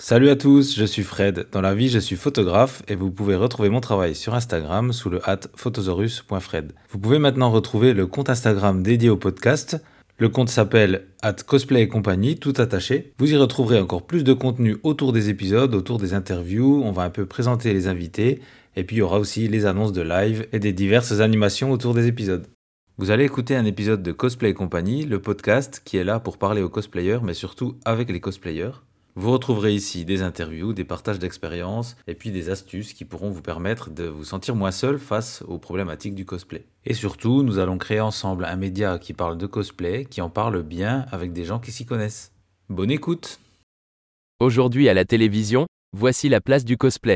Salut à tous, je suis Fred. Dans la vie, je suis photographe et vous pouvez retrouver mon travail sur Instagram sous le @photosaurus.fred. Vous pouvez maintenant retrouver le compte Instagram dédié au podcast. Le compte s'appelle @cosplay et compagnie, tout attaché. Vous y retrouverez encore plus de contenu autour des épisodes, autour des interviews. On va un peu présenter les invités et puis il y aura aussi les annonces de live et des diverses animations autour des épisodes. Vous allez écouter un épisode de Cosplay et compagnie, le podcast qui est là pour parler aux cosplayers, mais surtout avec les cosplayers. Vous retrouverez ici des interviews, des partages d'expériences et puis des astuces qui pourront vous permettre de vous sentir moins seul face aux problématiques du cosplay. Et surtout, nous allons créer ensemble un média qui parle de cosplay, qui en parle bien avec des gens qui s'y connaissent. Bonne écoute! Aujourd'hui à la télévision, voici la place du cosplay.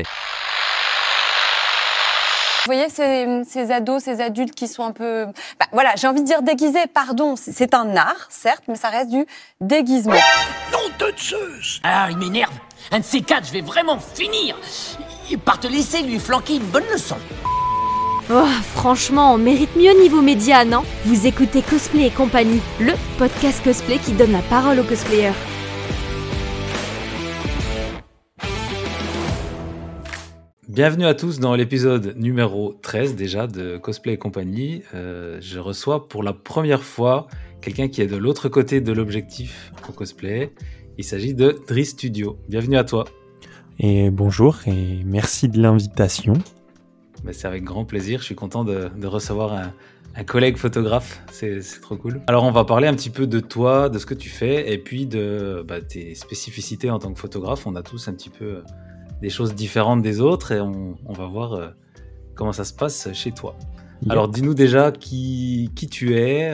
Vous voyez ces ados, ces adultes qui sont un peu... voilà, j'ai envie de dire déguisés, pardon, c'est un art, certes, mais ça reste du déguisement. Nom de Zeus! Ah, il m'énerve. Un de ces quatre, je vais vraiment finir par te laisser lui flanquer une bonne leçon. Oh, franchement, on mérite mieux niveau média, non? Vous écoutez Cosplay et compagnie, le podcast cosplay qui donne la parole aux cosplayers. Bienvenue à tous dans l'épisode numéro 13 déjà de Cosplay et compagnie. Je reçois pour la première fois quelqu'un qui est de l'autre côté de l'objectif au cosplay. Il s'agit de Dri Studio. Bienvenue à toi. Et bonjour et merci de l'invitation. C'est avec grand plaisir, je suis content de recevoir un collègue photographe, c'est trop cool. Alors on va parler un petit peu de toi, de ce que tu fais et puis de tes spécificités en tant que photographe. On a tous un petit peu des choses différentes des autres et on va voir comment ça se passe chez toi. Yeah. Alors dis-nous déjà qui tu es,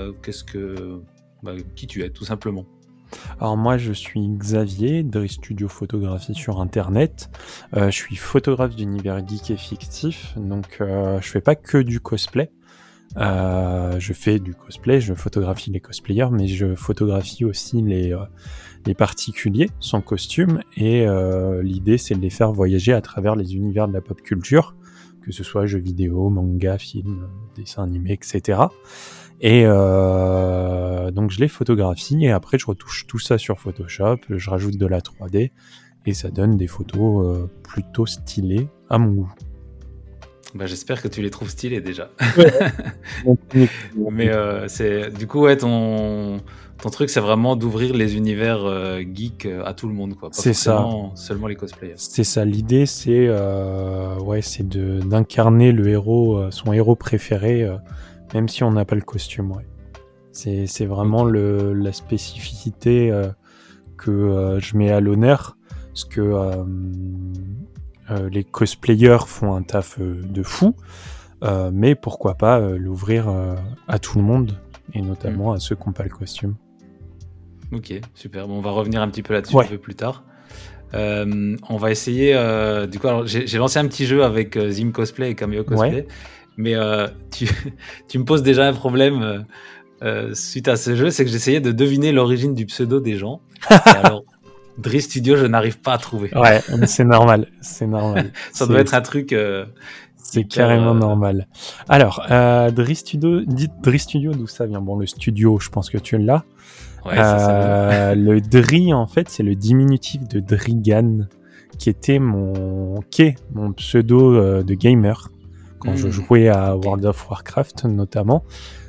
qui tu es tout simplement. Alors moi je suis Xavier, Dri Studio Photographie sur internet. Je suis photographe d'univers geek et fictif, donc je fais pas que du cosplay. Je fais du cosplay, je photographie les cosplayers, mais je photographie aussi les particuliers sans costume et l'idée c'est de les faire voyager à travers les univers de la pop culture, que ce soit jeux vidéo, manga, films, dessins animés, etc. Et donc je les photographie et après je retouche tout ça sur Photoshop, je rajoute de la 3D et ça donne des photos plutôt stylées à mon goût. J'espère que tu les trouves stylés déjà. Ouais. Mais c'est du coup ton truc c'est vraiment d'ouvrir les univers geeks à tout le monde quoi. Pas c'est ça. Seulement les cosplayers. C'est ça l'idée, c'est d'incarner le héros, son héros préféré, même si on n'a pas le costume. Ouais. C'est vraiment la spécificité que je mets à l'honneur, parce que les cosplayers font un taf de fou, mais pourquoi pas l'ouvrir à tout le monde, et notamment à ceux qui n'ont pas le costume. Ok, super. Bon, on va revenir un petit peu là-dessus un peu plus tard. On va essayer... du coup, alors, j'ai lancé un petit jeu avec Zim Cosplay et Cameo Cosplay, mais tu me poses déjà un problème suite à ce jeu, c'est que j'essayais de deviner l'origine du pseudo des gens. Alors, Dri Studio, je n'arrive pas à trouver. Ouais, mais c'est normal, Ça doit être un truc... c'est carrément normal. Alors, Dri Studio, d'où ça vient? Bon, le studio, je pense que tu l'as. Ouais, ça le Dri, en fait, c'est le diminutif de Drigan, qui est mon pseudo de gamer, quand je jouais à World of Warcraft, notamment.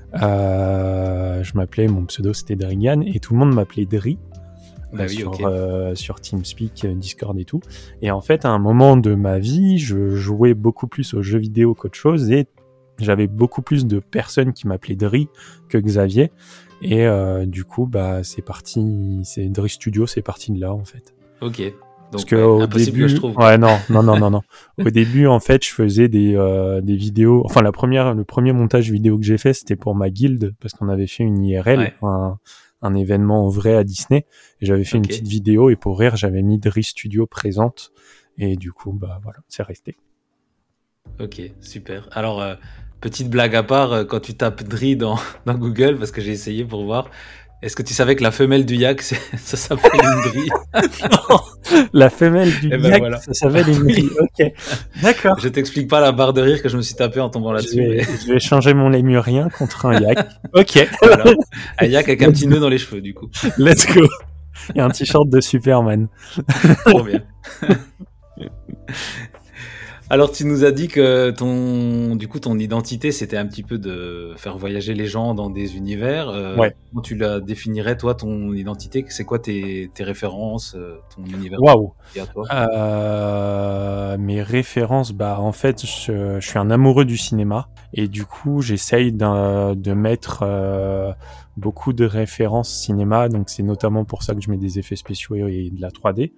Mon pseudo, c'était Drigan, et tout le monde m'appelait Dri. Sur TeamSpeak, Discord et tout. Et en fait, à un moment de ma vie, je jouais beaucoup plus aux jeux vidéo qu'autre chose et j'avais beaucoup plus de personnes qui m'appelaient Dri que Xavier. Et du coup, c'est parti. C'est Dri Studio, c'est parti de là en fait. Ok. Donc, parce que au début, je trouve. Ouais, non. Au début, en fait, je faisais des vidéos. Enfin, le premier montage vidéo que j'ai fait, c'était pour ma guilde parce qu'on avait fait une IRL. Ouais. Un événement vrai à Disney, et j'avais fait une petite vidéo, et pour rire, j'avais mis Dri Studio présente, et du coup, voilà, c'est resté. Ok, super. Alors, petite blague à part, quand tu tapes Dri dans Google, parce que j'ai essayé pour voir, est-ce que tu savais que la femelle du yak, ça s'appelle une Dri? Non, la femelle du yak, voilà. Ça s'appelle une Dri, ok. D'accord. Je t'explique pas la barre de rire que je me suis tapé en tombant là-dessus. Je vais changer mon lémurien contre un yak. Ok. Voilà. Un yak avec un petit nœud dans les cheveux, du coup. Let's go. Et un t-shirt de Superman. Trop bien. Alors, tu nous as dit que ton identité, c'était un petit peu de faire voyager les gens dans des univers. Ouais. Comment tu la définirais, toi, ton identité? C'est quoi tes références, ton univers Waouh. à toi? Mes références, en fait, je suis un amoureux du cinéma et du coup, j'essaye de mettre beaucoup de références cinéma. Donc, c'est notamment pour ça que je mets des effets spéciaux et de la 3D.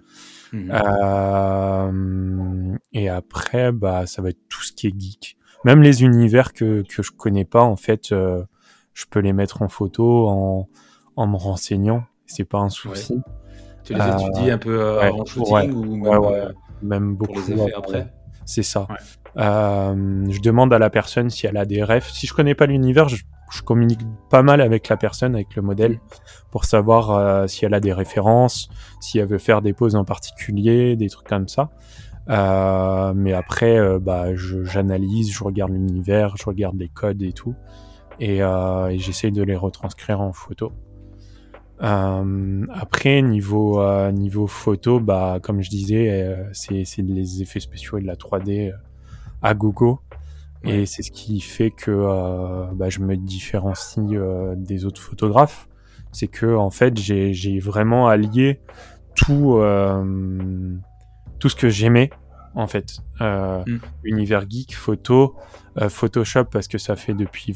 Et après, ça va être tout ce qui est geek. Même les univers que je connais pas, en fait, je peux les mettre en photo en me renseignant. C'est pas un souci. Ouais. Tu les étudies un peu avant shooting ou même, même pour beaucoup les effets après? C'est ça. Ouais. Je demande à la personne si elle a des refs. Si je connais pas l'univers, je communique pas mal avec la personne, avec le modèle, pour savoir si elle a des références, si elle veut faire des poses en particulier, des trucs comme ça. Mais après, j'analyse, je regarde l'univers, je regarde les codes et tout, et j'essaye de les retranscrire en photo. Après, niveau photo, comme je disais, c'est les effets spéciaux et de la 3D à gogo. Ouais. Et c'est ce qui fait que je me différencie des autres photographes. C'est que en fait, j'ai vraiment allié tout ce que j'aimais, en fait. Univers geek, photo, Photoshop, parce que ça fait depuis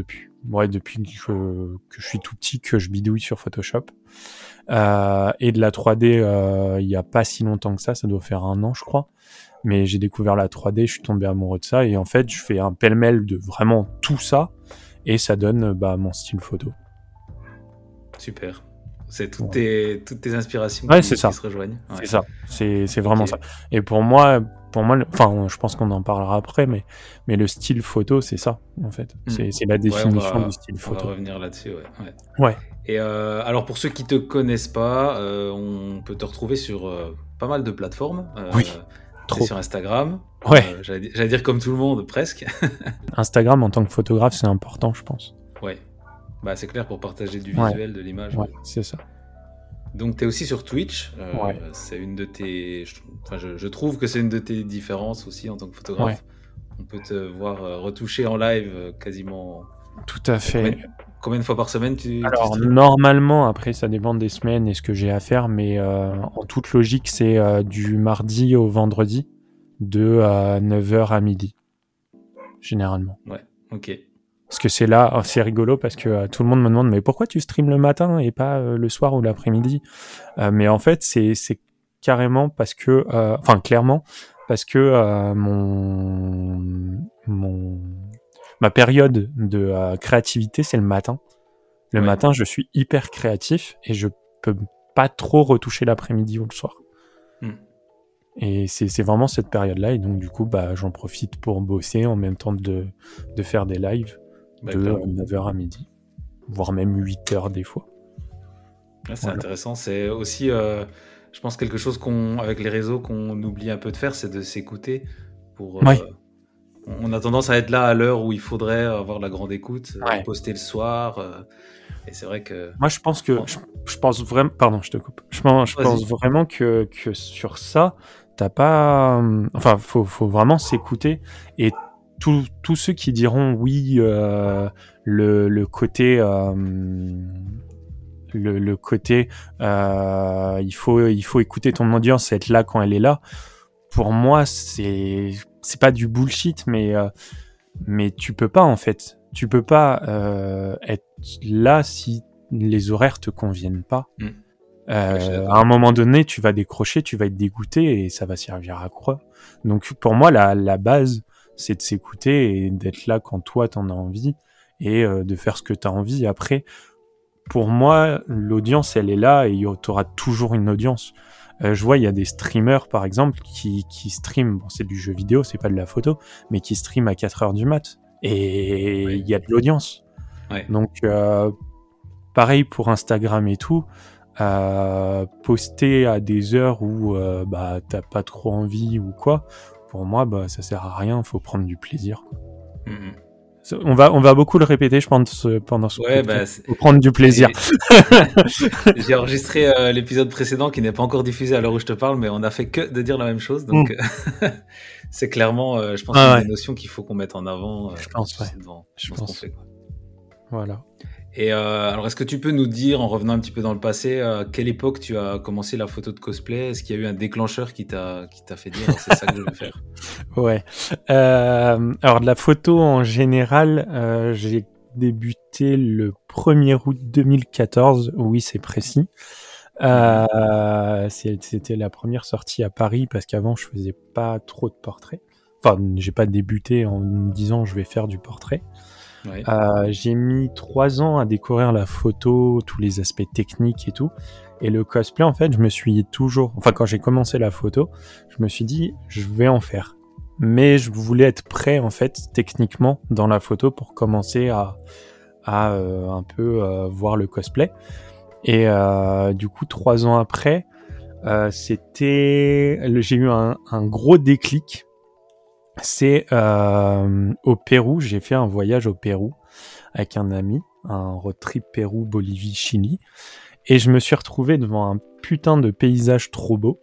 que je suis tout petit que je bidouille sur Photoshop. Et de la 3D, il y a pas si longtemps que ça doit faire 1 an, je crois. Mais j'ai découvert la 3D, je suis tombé amoureux de ça, et en fait, je fais un pêle-mêle de vraiment tout ça, et ça donne mon style photo. Super. C'est toutes tes inspirations qui se rejoignent. Ouais. C'est ça, c'est vraiment ça. Et pour moi, je pense qu'on en parlera après, mais le style photo, c'est ça, en fait. C'est la définition du style photo. On va revenir là-dessus, ouais. Et alors, pour ceux qui te connaissent pas, on peut te retrouver sur pas mal de plateformes. Oui. Trop. Sur Instagram. Ouais. J'allais dire comme tout le monde, presque. Instagram, en tant que photographe, c'est important, je pense. Ouais. C'est clair pour partager du visuel, de l'image. Ouais, c'est ça. Donc, tu es aussi sur Twitch. C'est une de tes... je trouve que c'est une de tes différences aussi en tant que photographe. Ouais. On peut te voir retoucher en live quasiment... Tout à fait. Combien de fois par semaine Alors, normalement, après, ça dépend des semaines et ce que j'ai à faire, mais en toute logique, c'est du mardi au vendredi, de 9h à midi, généralement. Ouais, ok. Parce que c'est rigolo, parce que tout le monde me demande, mais pourquoi tu streams le matin et pas le soir ou l'après-midi? Mais en fait, c'est carrément parce que... clairement, parce que ma période de créativité, c'est le matin. Le matin, je suis hyper créatif et je peux pas trop retoucher l'après-midi ou le soir. Et c'est vraiment cette période-là. Et donc, du coup, j'en profite pour bosser en même temps de faire des lives de 9h à midi, voire même 8h des fois. C'est intéressant. C'est aussi, je pense, quelque chose avec les réseaux qu'on oublie un peu de faire, c'est de s'écouter pour... On a tendance à être là à l'heure où il faudrait avoir la grande écoute, poster le soir. Et c'est vrai que... Moi, je pense que... Je pense vraiment... Pardon, je te coupe. Je pense vraiment que sur ça, t'as pas... Enfin, faut vraiment s'écouter. Et tous ceux qui diront oui, le côté... Le côté... il faut écouter ton audience et être là quand elle est là. Pour moi, c'est pas du bullshit, mais tu peux pas, en fait. Tu peux pas être là si les horaires te conviennent pas. À un moment donné, tu vas décrocher, tu vas être dégoûté et ça va servir à quoi? Donc, pour moi, la base, c'est de s'écouter et d'être là quand toi, t'en as envie et de faire ce que t'as envie. Après, pour moi, l'audience, elle est là et t'auras toujours une audience. Je vois, il y a des streamers, par exemple, qui streament, c'est du jeu vidéo, c'est pas de la photo, mais qui streament à 4h du mat. Et il y a de l'audience. Ouais. Donc, pareil pour Instagram et tout, poster à des heures où t'as pas trop envie ou quoi, pour moi, ça sert à rien, faut prendre du plaisir. On va beaucoup le répéter, je pense, pendant ce Ouais, podcast, pour prendre du plaisir. J'ai enregistré l'épisode précédent qui n'est pas encore diffusé à l'heure où je te parle, mais on a fait que de dire la même chose. Donc, c'est clairement, je pense, une des notions qu'il faut qu'on mette en avant. Je pense, ouais. Je pense qu'on fait, quoi. Voilà. Et alors, est-ce que tu peux nous dire, en revenant un petit peu dans le passé, à quelle époque tu as commencé la photo de cosplay? Est-ce qu'il y a eu un déclencheur qui t'a fait dire c'est ça que je veux faire? Ouais. Alors de la photo en général, j'ai débuté le 1er août 2014. Oui, c'est précis. C'était la première sortie à Paris parce qu'avant je faisais pas trop de portraits. Enfin, j'ai pas débuté en me disant je vais faire du portrait. Ouais. J'ai mis 3 ans à découvrir la photo, tous les aspects techniques et tout. Et le cosplay, en fait, je me suis toujours... Enfin, quand j'ai commencé la photo, je me suis dit, je vais en faire. Mais je voulais être prêt, en fait, techniquement, dans la photo pour commencer à un peu voir le cosplay. Et du coup, 3 ans après, j'ai eu un gros déclic. C'est au Pérou, j'ai fait un voyage au Pérou avec un ami, un road trip Pérou, Bolivie, Chili, et je me suis retrouvé devant un putain de paysage trop beau,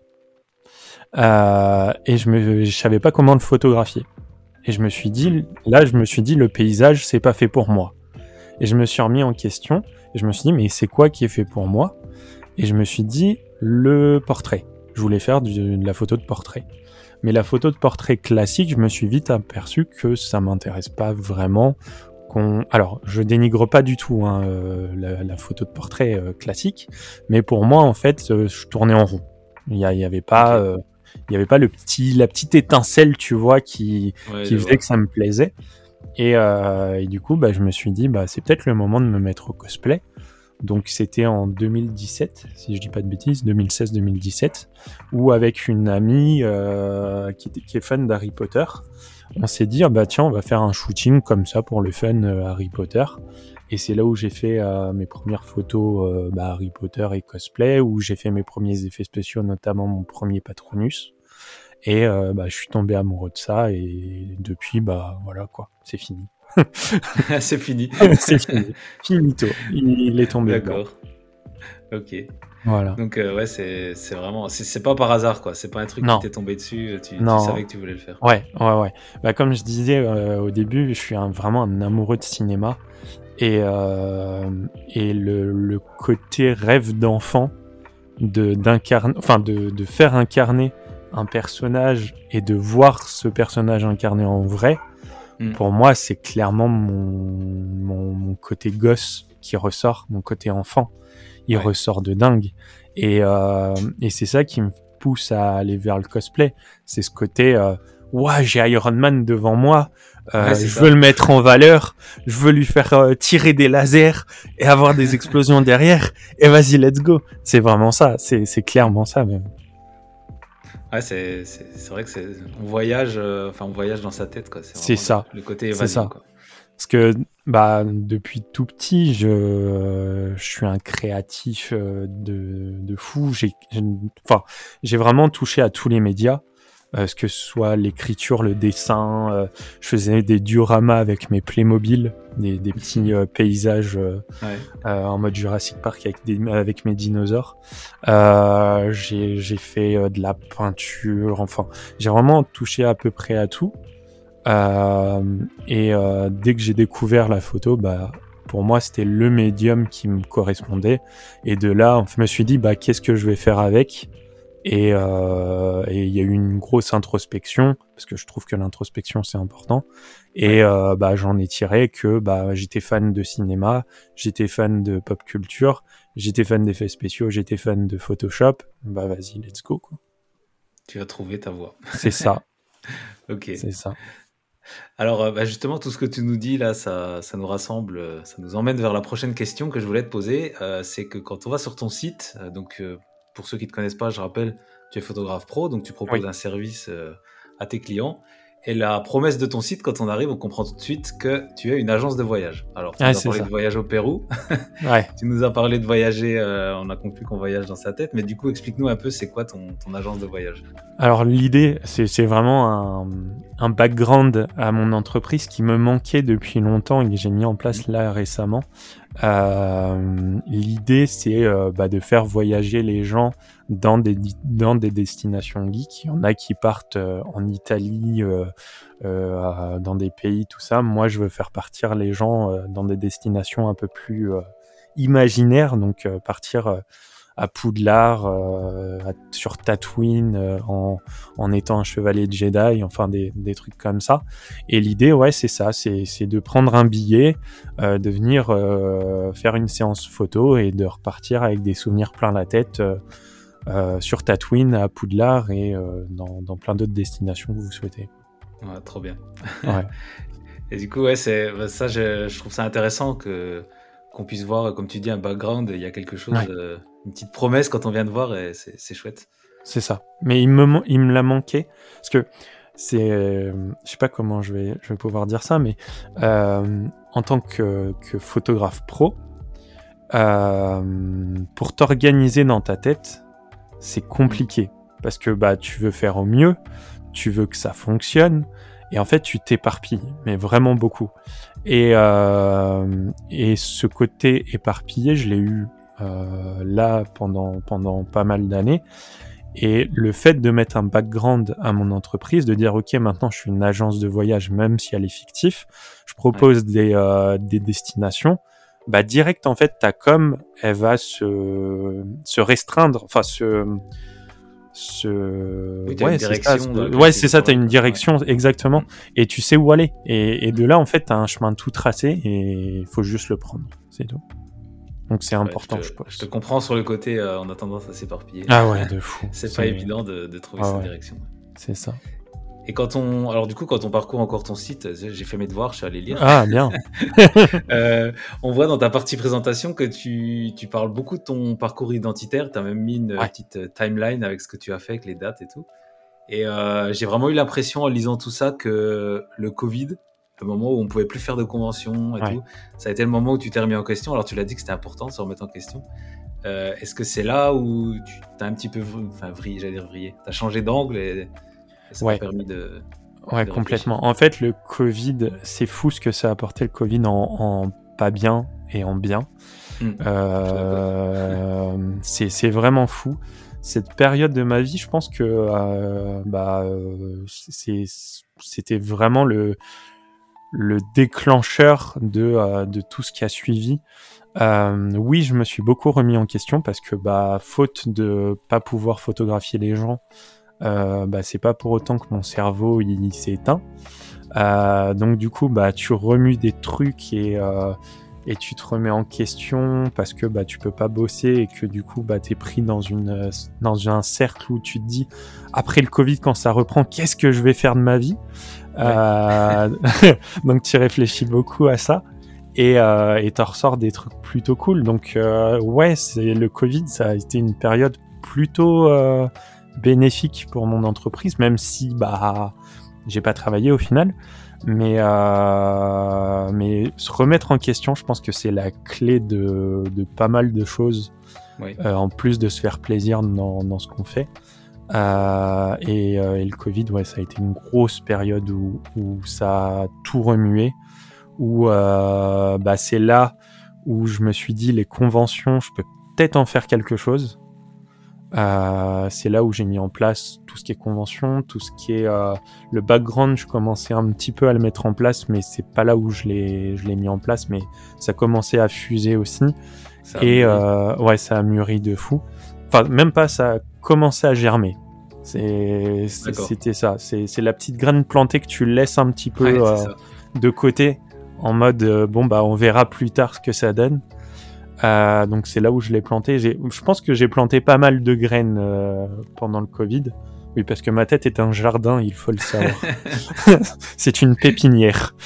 et je savais pas comment le photographier. Et je me suis dit, le paysage, c'est pas fait pour moi. Et je me suis remis en question, et je me suis dit, mais c'est quoi qui est fait pour moi? Et je me suis dit, le portrait. Je voulais faire de la photo de portrait. Mais la photo de portrait classique, je me suis vite aperçu que ça m'intéresse pas vraiment. Alors, je dénigre pas du tout la photo de portrait classique, mais pour moi, en fait, je tournais en rond. Il y avait pas, il y avait pas la petite étincelle, tu vois, qui faisait que ça me plaisait. Et du coup, je me suis dit, c'est peut-être le moment de me mettre au cosplay. Donc c'était en 2017, si je dis pas de bêtises, 2016-2017, où avec une amie qui est fan d'Harry Potter, on s'est dit tiens, on va faire un shooting comme ça pour le fun Harry Potter. Et c'est là où j'ai fait mes premières photos Harry Potter et cosplay, où j'ai fait mes premiers effets spéciaux, notamment mon premier Patronus. Et je suis tombé amoureux de ça, et depuis voilà quoi, c'est fini. C'est fini. C'est fini. Finito. Il est tombé. D'accord. Dedans. Ok. Voilà. Donc c'est vraiment, c'est pas par hasard quoi. C'est pas un truc qui t'est tombé dessus. Tu savais que tu voulais le faire. Ouais. Comme je disais au début, je suis vraiment un amoureux de cinéma, et le côté rêve d'enfant de faire incarner un personnage et de voir ce personnage incarné en vrai. Pour moi, c'est clairement mon côté gosse qui ressort, mon côté enfant. Il ressort de dingue. Et c'est ça qui me pousse à aller vers le cosplay. C'est ce côté, j'ai Iron Man devant moi, je veux le mettre en valeur, je veux lui faire tirer des lasers et avoir des explosions derrière. Et vas-y, let's go. C'est vraiment ça. C'est clairement ça même. Ouais, c'est vrai que on voyage dans sa tête quoi. C'est ça. Le côté évasion quoi. Parce que depuis tout petit, je suis un créatif de fou. J'ai vraiment touché à tous les médias, que ce soit l'écriture, le dessin. Je faisais des dioramas avec mes Playmobil, des petits paysages en mode Jurassic Park avec mes dinosaures. J'ai fait de la peinture. Enfin, j'ai vraiment touché à peu près à tout. Dès que j'ai découvert la photo, pour moi c'était le médium qui me correspondait, et de là je me suis dit qu'est-ce que je vais faire avec, et il y a eu une grosse introspection, parce que je trouve que l'introspection c'est important, et j'en ai tiré que j'étais fan de cinéma, j'étais fan de pop culture, j'étais fan d'effets spéciaux, j'étais fan de Photoshop. Vas-y, let's go quoi. Tu as trouvé ta voie. C'est ça. Ok. C'est ça. Alors justement, tout ce que tu nous dis là, ça nous rassemble, ça nous emmène vers la prochaine question que je voulais te poser. C'est que quand on va sur ton site, pour ceux qui ne te connaissent pas, je rappelle, tu es photographe pro, donc tu proposes un service à tes clients. Et la promesse de ton site, quand on arrive, on comprend tout de suite que tu es une agence de voyage. Alors, tu nous as parlé de voyage au Pérou. Tu nous as parlé de voyager, on a conclu qu'on voyage dans sa tête. Mais du coup, explique-nous un peu, c'est quoi ton agence de voyage? Alors, l'idée, c'est vraiment un background à mon entreprise qui me manquait depuis longtemps et que j'ai mis en place là récemment. L'idée, c'est de faire voyager les gens dans des destinations geeks. Il y en a qui partent en Italie, dans des pays, tout ça. Moi, je veux faire partir les gens dans des destinations un peu plus imaginaires, donc partir à Poudlard, sur Tatooine, en étant un chevalier de Jedi, enfin des trucs comme ça. Et l'idée, ouais, c'est ça, c'est de prendre un billet, de venir faire une séance photo et de repartir avec des souvenirs plein la tête sur Tatooine, à Poudlard et dans plein d'autres destinations que vous souhaitez. Ouais, trop bien. Ouais. Et du coup, ouais, ça, je trouve ça intéressant qu'on puisse voir, comme tu dis, un background. Il y a quelque chose, Ouais. Une petite promesse quand on vient de voir, et c'est chouette. C'est ça. Mais il me l'a manqué parce que c'est, je sais pas comment je vais pouvoir dire ça, mais en tant que photographe pro, pour t'organiser dans ta tête, c'est compliqué parce que tu veux faire au mieux, tu veux que ça fonctionne, et en fait tu t'éparpilles, mais vraiment beaucoup. Et ce côté éparpillé, je l'ai eu là pendant pas mal d'années. Et le fait de mettre un background à mon entreprise, de dire ok, maintenant je suis une agence de voyage, même si elle est fictive, je propose des destinations, direct en fait ta com, elle va se restreindre, enfin Oui, t'as une direction. C'est ça, t'as une direction, exactement, et tu sais où aller. Et de là, en fait, t'as un chemin tout tracé et il faut juste le prendre, c'est tout. Donc c'est important, je pense. Je te comprends sur le côté, on a tendance à s'éparpiller. Ah ouais, de fou. C'est pas évident de trouver sa direction. C'est ça. Et quand on parcourt encore ton site, j'ai fait mes devoirs, je suis allé lire. Ah, bien. On voit dans ta partie présentation que tu parles beaucoup de ton parcours identitaire. Tu as même mis une petite timeline avec ce que tu as fait, avec les dates et tout. Et j'ai vraiment eu l'impression, en lisant tout ça, que le Covid, le moment où on pouvait plus faire de conventions et tout, ça a été le moment où tu t'es remis en question. Alors tu l'as dit que c'était important de se remettre en question. Est-ce que c'est là où tu t'as un petit peu vrillé, t'as changé d'angle et ça t'a permis de... Ouais, complètement. En fait, le Covid, c'est fou ce que ça a apporté, le Covid, en pas bien et en bien. C'est vraiment fou. Cette période de ma vie, je pense que c'était vraiment le déclencheur de tout ce qui a suivi. Oui, je me suis beaucoup remis en question parce que faute de pas pouvoir photographier les gens, c'est pas pour autant que mon cerveau il s'est éteint. Donc du coup, tu remues des trucs et tu te remets en question parce que tu peux pas bosser et que du coup t'es pris dans un cercle où tu te dis après le Covid, quand ça reprend, qu'est-ce que je vais faire de ma vie? Donc tu réfléchis beaucoup à ça et t'en ressors des trucs plutôt cool. Donc c'est le Covid, ça a été une période plutôt bénéfique pour mon entreprise, même si j'ai pas travaillé au final, mais se remettre en question, je pense que c'est la clé de pas mal de choses, en plus de se faire plaisir dans ce qu'on fait. Et le Covid, ça a été une grosse période où ça a tout remué, où c'est là où je me suis dit les conventions, je peux peut-être en faire quelque chose. C'est là où j'ai mis en place tout ce qui est convention, tout ce qui est le background. Je commençais un petit peu à le mettre en place, mais c'est pas là où je l'ai mis en place, mais ça commençait à fuser aussi. Ça a mûri de fou. Enfin, même pas, ça a commencé à germer. C'était ça. C'est la petite graine plantée que tu laisses un petit peu de côté, en mode on verra plus tard ce que ça donne. Donc c'est là où je l'ai planté. Je pense que j'ai planté pas mal de graines pendant le Covid. Oui, parce que ma tête est un jardin, il faut le savoir. C'est une pépinière.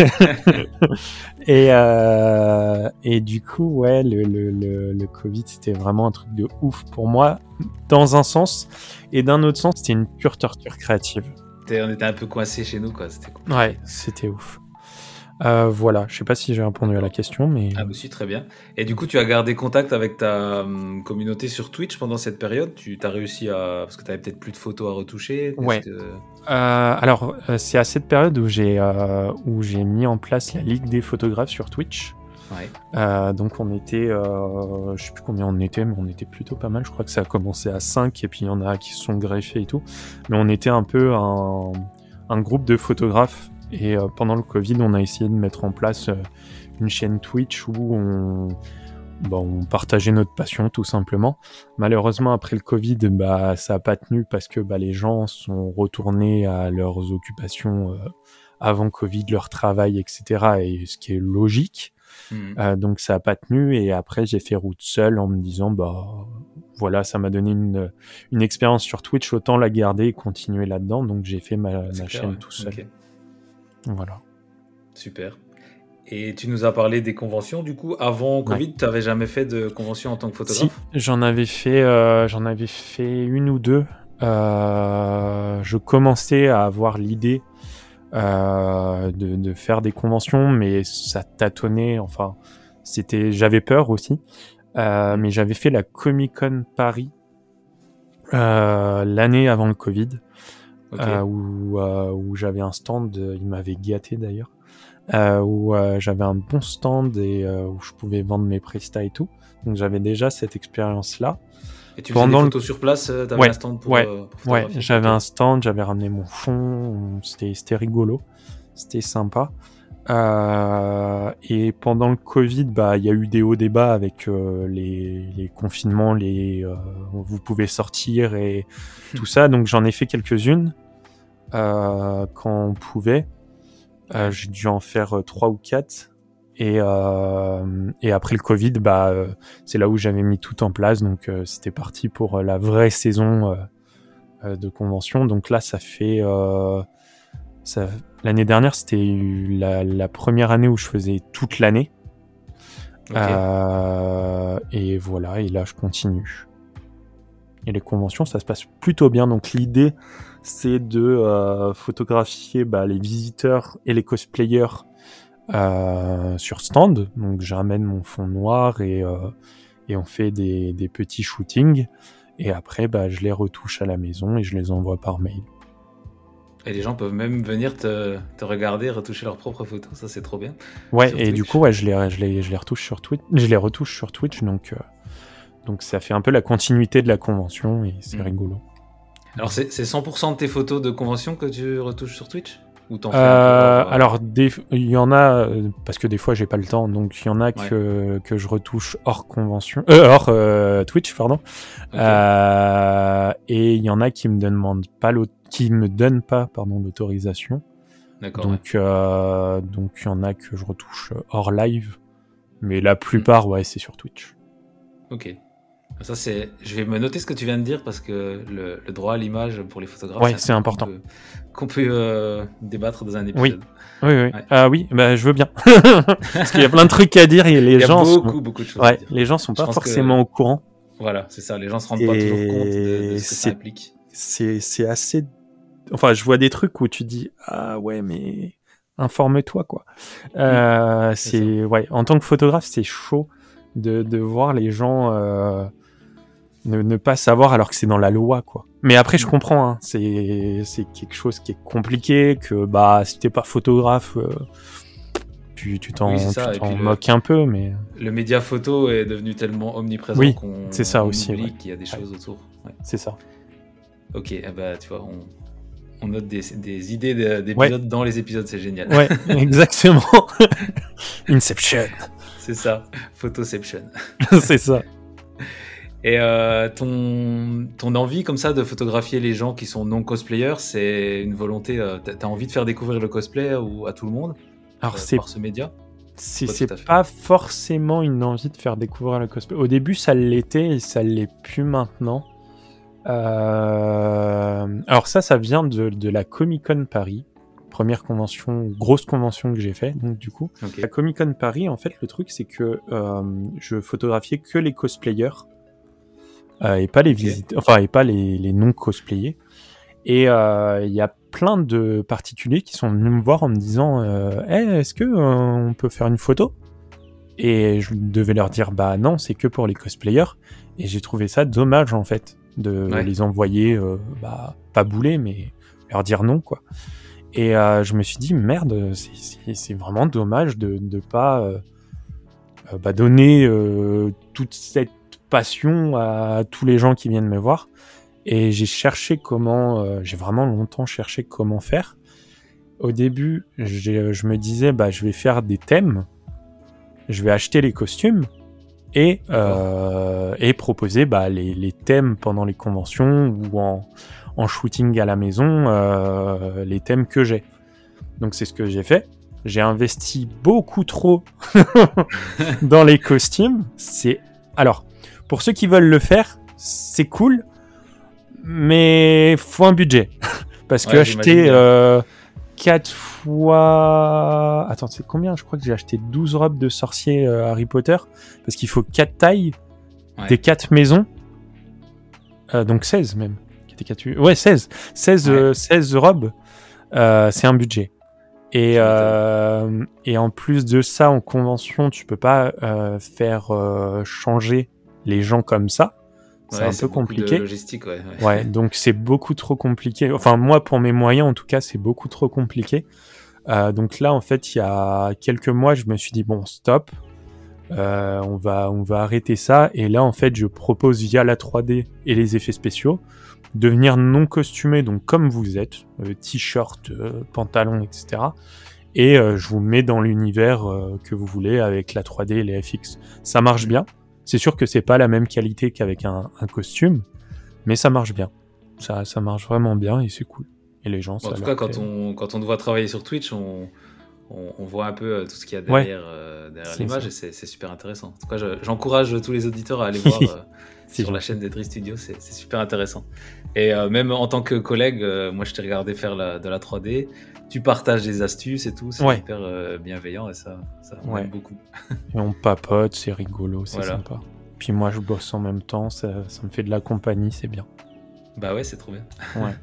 Et du coup, le Covid, c'était vraiment un truc de ouf pour moi, dans un sens. Et d'un autre sens, c'était une pure torture créative. On était un peu coincés chez nous, quoi. C'était cool. Ouais, c'était ouf. Voilà, je sais pas si j'ai répondu à la question, mais Ah, bah si, très bien. Et du coup, tu as gardé contact avec ta communauté sur Twitch pendant cette période? Tu as réussi à... Parce que tu avais peut-être plus de photos à retoucher. Est-ce ouais. que... Alors, c'est à cette période où j'ai mis en place la Ligue des photographes sur Twitch. Ouais. Donc on était, je sais plus combien on était, mais on était plutôt pas mal. Je crois que ça a commencé à 5 et puis il y en a qui se sont greffés et tout. Mais on était un peu un groupe de photographes et pendant le Covid, on a essayé de mettre en place une chaîne Twitch où on partageait notre passion tout simplement. Malheureusement, après le Covid, ça a pas tenu parce que les gens sont retournés à leurs occupations avant Covid, leur travail, etc. Et ce qui est logique. Donc ça a pas tenu et après j'ai fait route seule en me disant voilà, ça m'a donné une expérience sur Twitch, autant la garder et continuer là-dedans. Donc j'ai fait ma chaîne tout seul. Ok. Voilà. Super. Et tu nous as parlé des conventions, du coup, avant Covid, tu n'avais jamais fait de convention en tant que photographe? Si, j'en avais fait une ou deux. Je commençais à avoir l'idée de faire des conventions, mais ça tâtonnait. Enfin, j'avais peur aussi. Mais j'avais fait la Comic-Con Paris l'année avant le Covid, où j'avais un stand. Il m'avait gâté d'ailleurs. Où j'avais un bon stand et où je pouvais vendre mes prestats et tout. Donc j'avais déjà cette expérience-là. Et tu faisais des photos sur place? T'avais un stand pour photographier? Ouais, j'avais un stand, j'avais ramené mon fond, c'était rigolo, c'était sympa. Et pendant le Covid, il y a eu des hauts débats avec les confinements, vous pouvez sortir et tout ça. Donc j'en ai fait quelques-unes quand on pouvait. J'ai dû en faire 3 ou 4. Et après le Covid, c'est là où j'avais mis tout en place. Donc c'était parti pour la vraie saison de convention. Donc là, ça fait... l'année dernière, c'était la première année où je faisais toute l'année. Et voilà, et là, je continue. Et les conventions, ça se passe plutôt bien. Donc l'idée, c'est de photographier les visiteurs et les cosplayers sur stand. Donc je ramène mon fond noir et on fait des petits shootings. Et après, je les retouche à la maison et je les envoie par mail. Et les gens peuvent même venir te regarder, retoucher leurs propres photos. Ça, c'est trop bien. Ouais, et Twitch. Du coup, je les retouche sur Twitch. Je les retouche sur Twitch, donc ça fait un peu la continuité de la convention et c'est rigolo. Alors c'est 100% de tes photos de convention que tu retouches sur Twitch? Ou t'en fais alors il y en a parce que des fois j'ai pas le temps, donc il y en a que je retouche hors convention, hors Twitch pardon. Et il y en a qui me donnent pas l'autorisation. D'accord. Donc il y en a que je retouche hors live, mais la plupart c'est sur Twitch. Ok. Ça, je vais me noter ce que tu viens de dire parce que le droit à l'image pour les photographes, c'est important. Qu'on peut débattre dans un épisode. Oui. Oui, je veux bien. Parce qu'il y a plein de trucs à dire et les gens beaucoup de choses à dire. Les gens sont pas forcément au courant. Voilà, c'est ça. Les gens se rendent pas toujours compte de ce que ça implique. C'est assez. Enfin, je vois des trucs où tu dis mais informe-toi quoi. En tant que photographe, c'est chaud de voir les gens ne pas savoir alors que c'est dans la loi quoi. Mais après je comprends, hein, c'est quelque chose qui est compliqué, que si t'es pas photographe tu t'en moques un peu, mais le média photo est devenu tellement omniprésent c'est ça aussi, oublie qu'il y a des choses autour. C'est ça. Ok, tu vois, on note des idées d'épisodes dans les épisodes, c'est génial. Ouais, exactement. Inception. C'est ça, Photoception. C'est ça. Et ton envie comme ça de photographier les gens qui sont non cosplayers, c'est une volonté, t'as envie de faire découvrir le cosplay à tout le monde par ce média? C'est pas forcément une envie de faire découvrir le cosplay. Au début ça l'était et ça l'est plus maintenant. Alors ça vient de la Comic-Con Paris. Première grosse convention que j'ai fait, donc du coup. La Comic-Con Paris, en fait, le truc, c'est que je photographiais que les cosplayers et pas les visiteurs, et pas les non-cosplayés. Et il y a plein de particuliers qui sont venus me voir en me disant est-ce que on peut faire une photo ? Et je devais leur dire bah non, c'est que pour les cosplayers. Et j'ai trouvé ça dommage en fait de les envoyer pas bouler, mais leur dire non quoi. Et je me suis dit merde, c'est vraiment dommage de pas donner toute cette passion à tous les gens qui viennent me voir. Et j'ai cherché j'ai vraiment longtemps cherché comment faire. Au début, je me disais je vais faire des thèmes, je vais acheter les costumes et proposer les thèmes pendant les conventions ou en shooting à la maison, les thèmes que j'ai. Donc c'est ce que j'ai fait. J'ai investi beaucoup trop dans les costumes. Alors, pour ceux qui veulent le faire, c'est cool, mais faut un budget. Parce que acheter 4 fois... Attends, c'est combien ? Je crois que j'ai acheté 12 robes de sorcier Harry Potter, parce qu'il faut 4 tailles, des 4 maisons, donc 16 même. 16. 16 robes, c'est un budget. Et en plus de ça, en convention, tu peux pas faire changer les gens comme ça. C'est un peu compliqué. De logistique, ouais, donc c'est beaucoup trop compliqué. Enfin, moi, pour mes moyens, en tout cas, c'est beaucoup trop compliqué. Donc là, en fait, il y a quelques mois, je me suis dit, bon, stop. On va arrêter ça. Et là, en fait, je propose via la 3D et les effets spéciaux de venir non costumé, donc comme vous êtes, t-shirt, pantalon, etc. Et je vous mets dans l'univers que vous voulez avec la 3D et les FX. Ça marche bien. C'est sûr que c'est pas la même qualité qu'avec un costume, mais ça marche bien. Ça marche vraiment bien et c'est cool. Et les gens, en tout cas, quand on te voit travailler sur Twitch, on voit un peu tout ce qu'il y a derrière l'image, et c'est super intéressant. En tout cas, j'encourage tous les auditeurs à aller voir sur la chaîne d'Edry Studio, c'est super intéressant. Et même en tant que collègue, moi je t'ai regardé faire de la 3D, tu partages des astuces et tout, c'est hyper bienveillant et ça m'aime beaucoup. Et on papote, c'est rigolo, c'est sympa. Puis moi je bosse en même temps, ça me fait de la compagnie, c'est bien. Bah ouais, c'est trop bien. Ouais.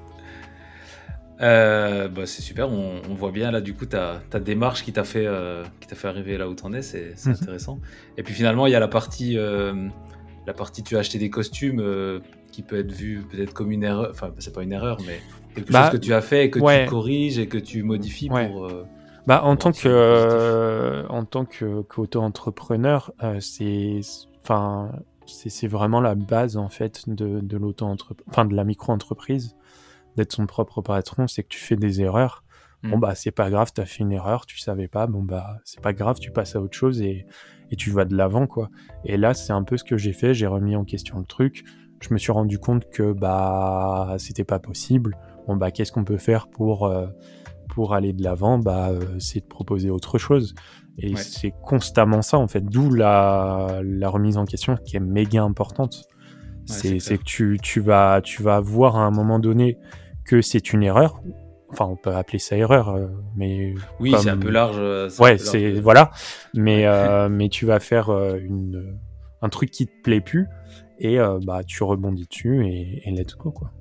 C'est super, on voit bien là du coup ta démarche qui t'a fait arriver là où t'en es, c'est intéressant. Et puis finalement il y a la partie tu as acheté des costumes qui peut être vue peut-être comme une erreur, enfin c'est pas une erreur mais quelque chose que tu as fait et que tu corriges et que tu modifies pour... en tant qu'auto-entrepreneur, c'est vraiment la base en fait de de la micro-entreprise. D'être son propre patron, c'est que tu fais des erreurs. Bon c'est pas grave, t'as fait une erreur, tu savais pas, c'est pas grave, tu passes à autre chose et tu vas de l'avant quoi. Et là c'est un peu ce que j'ai fait, j'ai remis en question le truc, je me suis rendu compte que c'était pas possible. Qu'est-ce qu'on peut faire pour aller de l'avant? C'est de proposer autre chose. Et c'est constamment ça en fait, d'où la remise en question qui est méga importante. C'est que tu vas voir à un moment donné que c'est une erreur. Enfin, on peut appeler ça erreur, mais... Oui, c'est un peu large. Voilà. Mais tu vas faire un truc qui te plaît plus, et tu rebondis dessus, et let's go, quoi.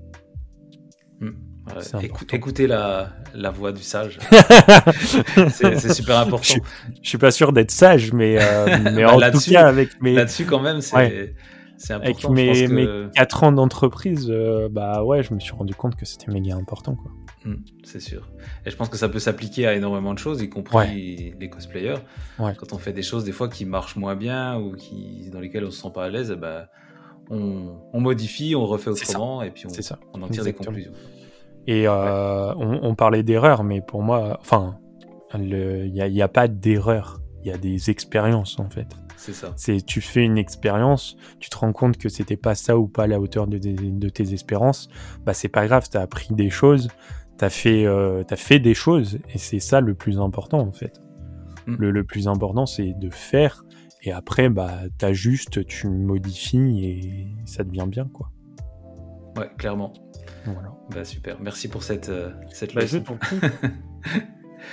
Écoutez la voix du sage. c'est super important. Je suis pas sûr d'être sage, mais en tout cas, avec mes... Là-dessus, quand même, c'est important. Avec mes 4 ans d'entreprise, je me suis rendu compte que c'était méga important, quoi. C'est sûr. Et je pense que ça peut s'appliquer à énormément de choses, y compris les cosplayers. Quand on fait des choses des fois qui marchent moins bien ou dans lesquelles on se sent pas à l'aise, on modifie, on refait autrement et puis on en tire des conclusions. Et on parlait d'erreur, mais pour moi, il y a pas d'erreur, il y a des expériences en fait. C'est ça. Tu fais une expérience, tu te rends compte que c'était pas ça ou pas à la hauteur de tes espérances, c'est pas grave, t'as appris des choses, t'as fait des choses, et c'est ça le plus important en fait. Le plus important c'est de faire, et après t'ajustes, tu modifies et ça devient bien, quoi. Ouais, clairement. Voilà. Super, merci pour cette leçon.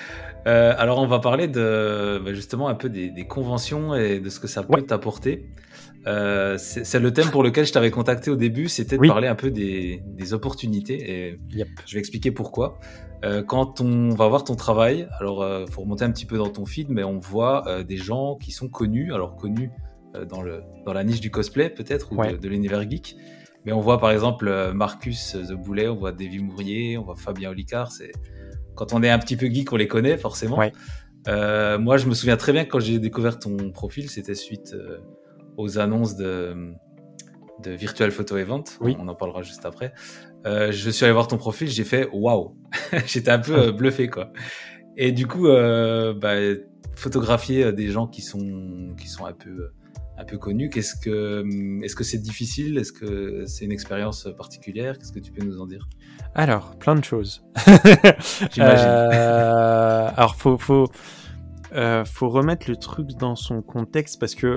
Alors, on va parler justement un peu des conventions et de ce que ça peut t'apporter. C'est le thème pour lequel je t'avais contacté au début, c'était de parler un peu des opportunités. Et je vais expliquer pourquoi. Quand on va voir ton travail, alors faut remonter un petit peu dans ton feed, mais on voit des gens qui sont connus, alors connus dans la niche du cosplay peut-être, ou de l'univers geek. Mais on voit par exemple Marcus The Boulet, on voit Davy Mourier, on voit Fabien Olicard. Quand on est un petit peu geek, on les connaît forcément. Ouais. Moi, je me souviens très bien que quand j'ai découvert ton profil, c'était suite aux annonces de Virtual Photo Event. Oui. On en parlera juste après. Je suis allé voir ton profil, j'ai fait waouh. J'étais un peu bluffé, quoi. Et du coup, photographier des gens qui sont un peu connus, est-ce que c'est difficile? Est-ce que c'est une expérience particulière? Qu'est-ce que tu peux nous en dire? Alors, plein de choses. J'imagine. Alors, faut remettre le truc dans son contexte, parce que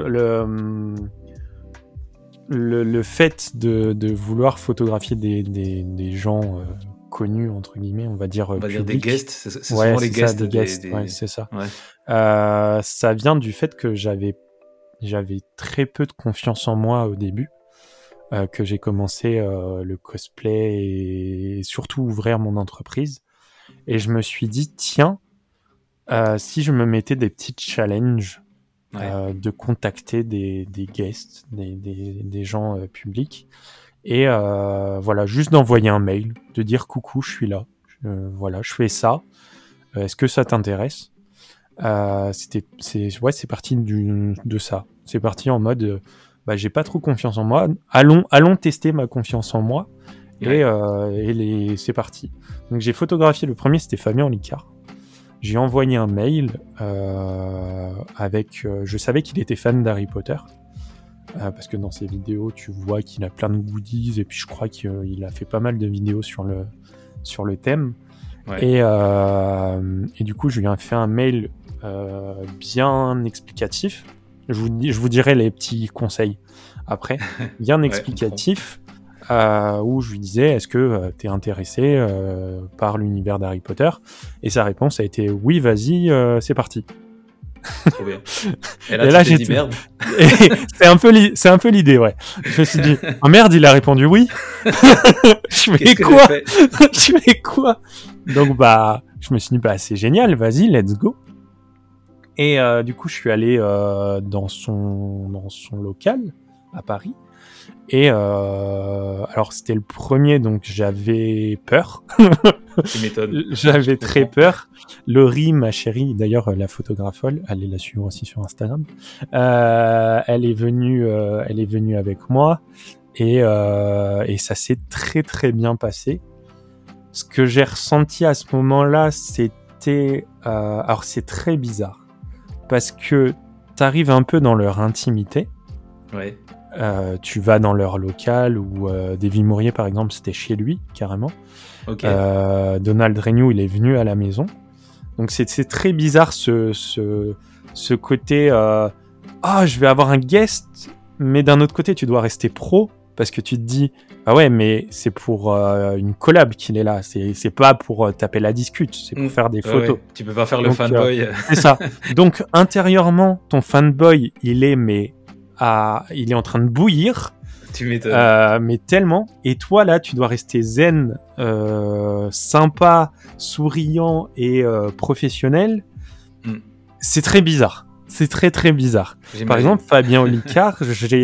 le fait de vouloir photographier des gens connus, entre guillemets, on va dire des guests, c'est souvent les guests. Des guests, ouais, c'est ça. Ouais. Ça vient du fait que j'avais très peu de confiance en moi au début, que j'ai commencé le cosplay et surtout ouvrir mon entreprise. Et je me suis dit, tiens, si je me mettais des petits challenges, de contacter des guests, des gens publics, et voilà, juste d'envoyer un mail, de dire coucou, je suis là, voilà, je fais ça, est-ce que ça t'intéresse? C'est parti de ça. C'est parti en mode, j'ai pas trop confiance en moi, allons tester ma confiance en moi, et c'est parti. Donc j'ai photographié, le premier c'était Fabien Olicard. J'ai envoyé un mail avec... je savais qu'il était fan d'Harry Potter, parce que dans ses vidéos, tu vois qu'il a plein de goodies, et puis je crois qu'il a fait pas mal de vidéos sur le thème. Ouais. Et du coup, je lui ai fait un mail bien explicatif. Je vous dirai les petits conseils après. Bien explicatif. Où je lui disais, est-ce que t'es intéressé par l'univers d'Harry Potter? Et sa réponse a été, oui, vas-y, c'est parti. Trop bien. Et là j'ai dit merde. c'est un peu l'idée, ouais. Je me suis dit, oh merde, il a répondu oui. Je fais quoi? Donc je me suis dit, c'est génial, vas-y, let's go. Et du coup, je suis allé dans son local à Paris. Et alors c'était le premier, donc j'avais peur. Tu m'étonnes. J'avais très peur. Laurie, ma chérie, d'ailleurs la photographe, allez la suivre aussi sur Instagram. Elle est venue avec moi, et ça s'est très très bien passé. Ce que j'ai ressenti à ce moment-là, c'était alors c'est très bizarre parce que t'arrives un peu dans leur intimité. Ouais. Tu vas dans leur local, ou Davy Mourier par exemple, c'était chez lui carrément. Okay. Donald Renew, il est venu à la maison. Donc c'est très bizarre ce côté je vais avoir un guest, mais d'un autre côté tu dois rester pro, parce que tu te dis ouais, mais c'est pour une collab qu'il est là, c'est pas pour taper la discute, c'est pour faire des photos. Ouais. Tu peux pas faire le fanboy. C'est ça. Donc intérieurement ton fanboy il est en train de bouillir. Tu m'étonnes. Mais tellement. Et toi, là, tu dois rester zen, sympa, souriant et professionnel. C'est très bizarre. C'est très, très bizarre. J'imagine. Par exemple, Fabien Olicard,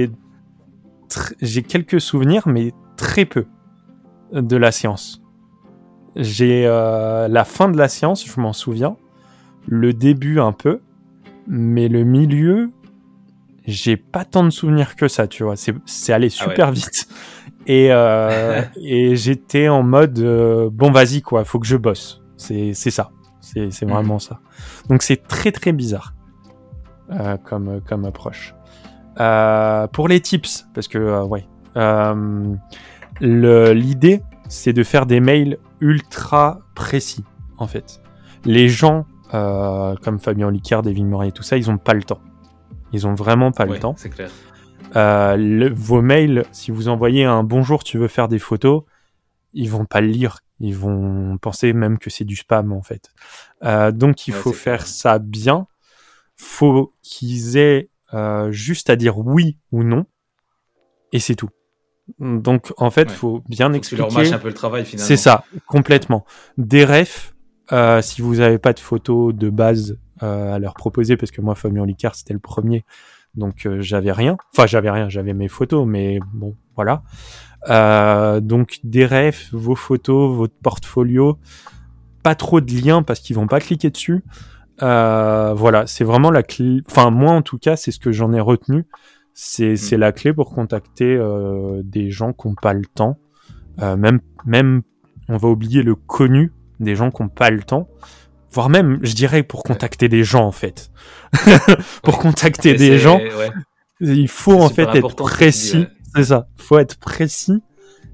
j'ai quelques souvenirs, mais très peu de la séance. J'ai la fin de la séance, je m'en souviens. Le début, un peu. Mais le milieu... j'ai pas tant de souvenirs que ça, tu vois. C'est allé super vite. Et j'étais en mode bon, vas-y, quoi, faut que je bosse. C'est ça. C'est vraiment ça. Donc c'est très très bizarre comme approche. Pour les tips, parce que l'idée c'est de faire des mails ultra précis, en fait. Les gens comme Fabien Olicard, Davy Mourier et tout ça, ils ont pas le temps. Ils ont vraiment pas le temps. C'est clair. Vos mails, si vous envoyez un bonjour, tu veux faire des photos, ils vont pas le lire. Ils vont penser même que c'est du spam, en fait. Donc, il faut faire ça bien. Faut qu'ils aient juste à dire oui ou non, et c'est tout. Donc, en fait, faut bien expliquer. Tu leur mâches un peu le travail, finalement. C'est ça, complètement. Des refs, si vous n'avez pas de photos de base à leur proposer, parce que moi, Fabien Olicard, c'était le premier, donc j'avais rien. Enfin, j'avais mes photos, mais bon, voilà. Donc, des refs, vos photos, votre portfolio, pas trop de liens, parce qu'ils vont pas cliquer dessus. Voilà, c'est vraiment la clé. Enfin, moi, en tout cas, c'est ce que j'en ai retenu. C'est la clé pour contacter des gens qui n'ont pas le temps. Même, on va oublier le connu des gens qui n'ont pas le temps. Voire même, je dirais, pour contacter des gens, en fait. Pour contacter des gens, il faut en fait être précis. C'est ça, il faut être précis.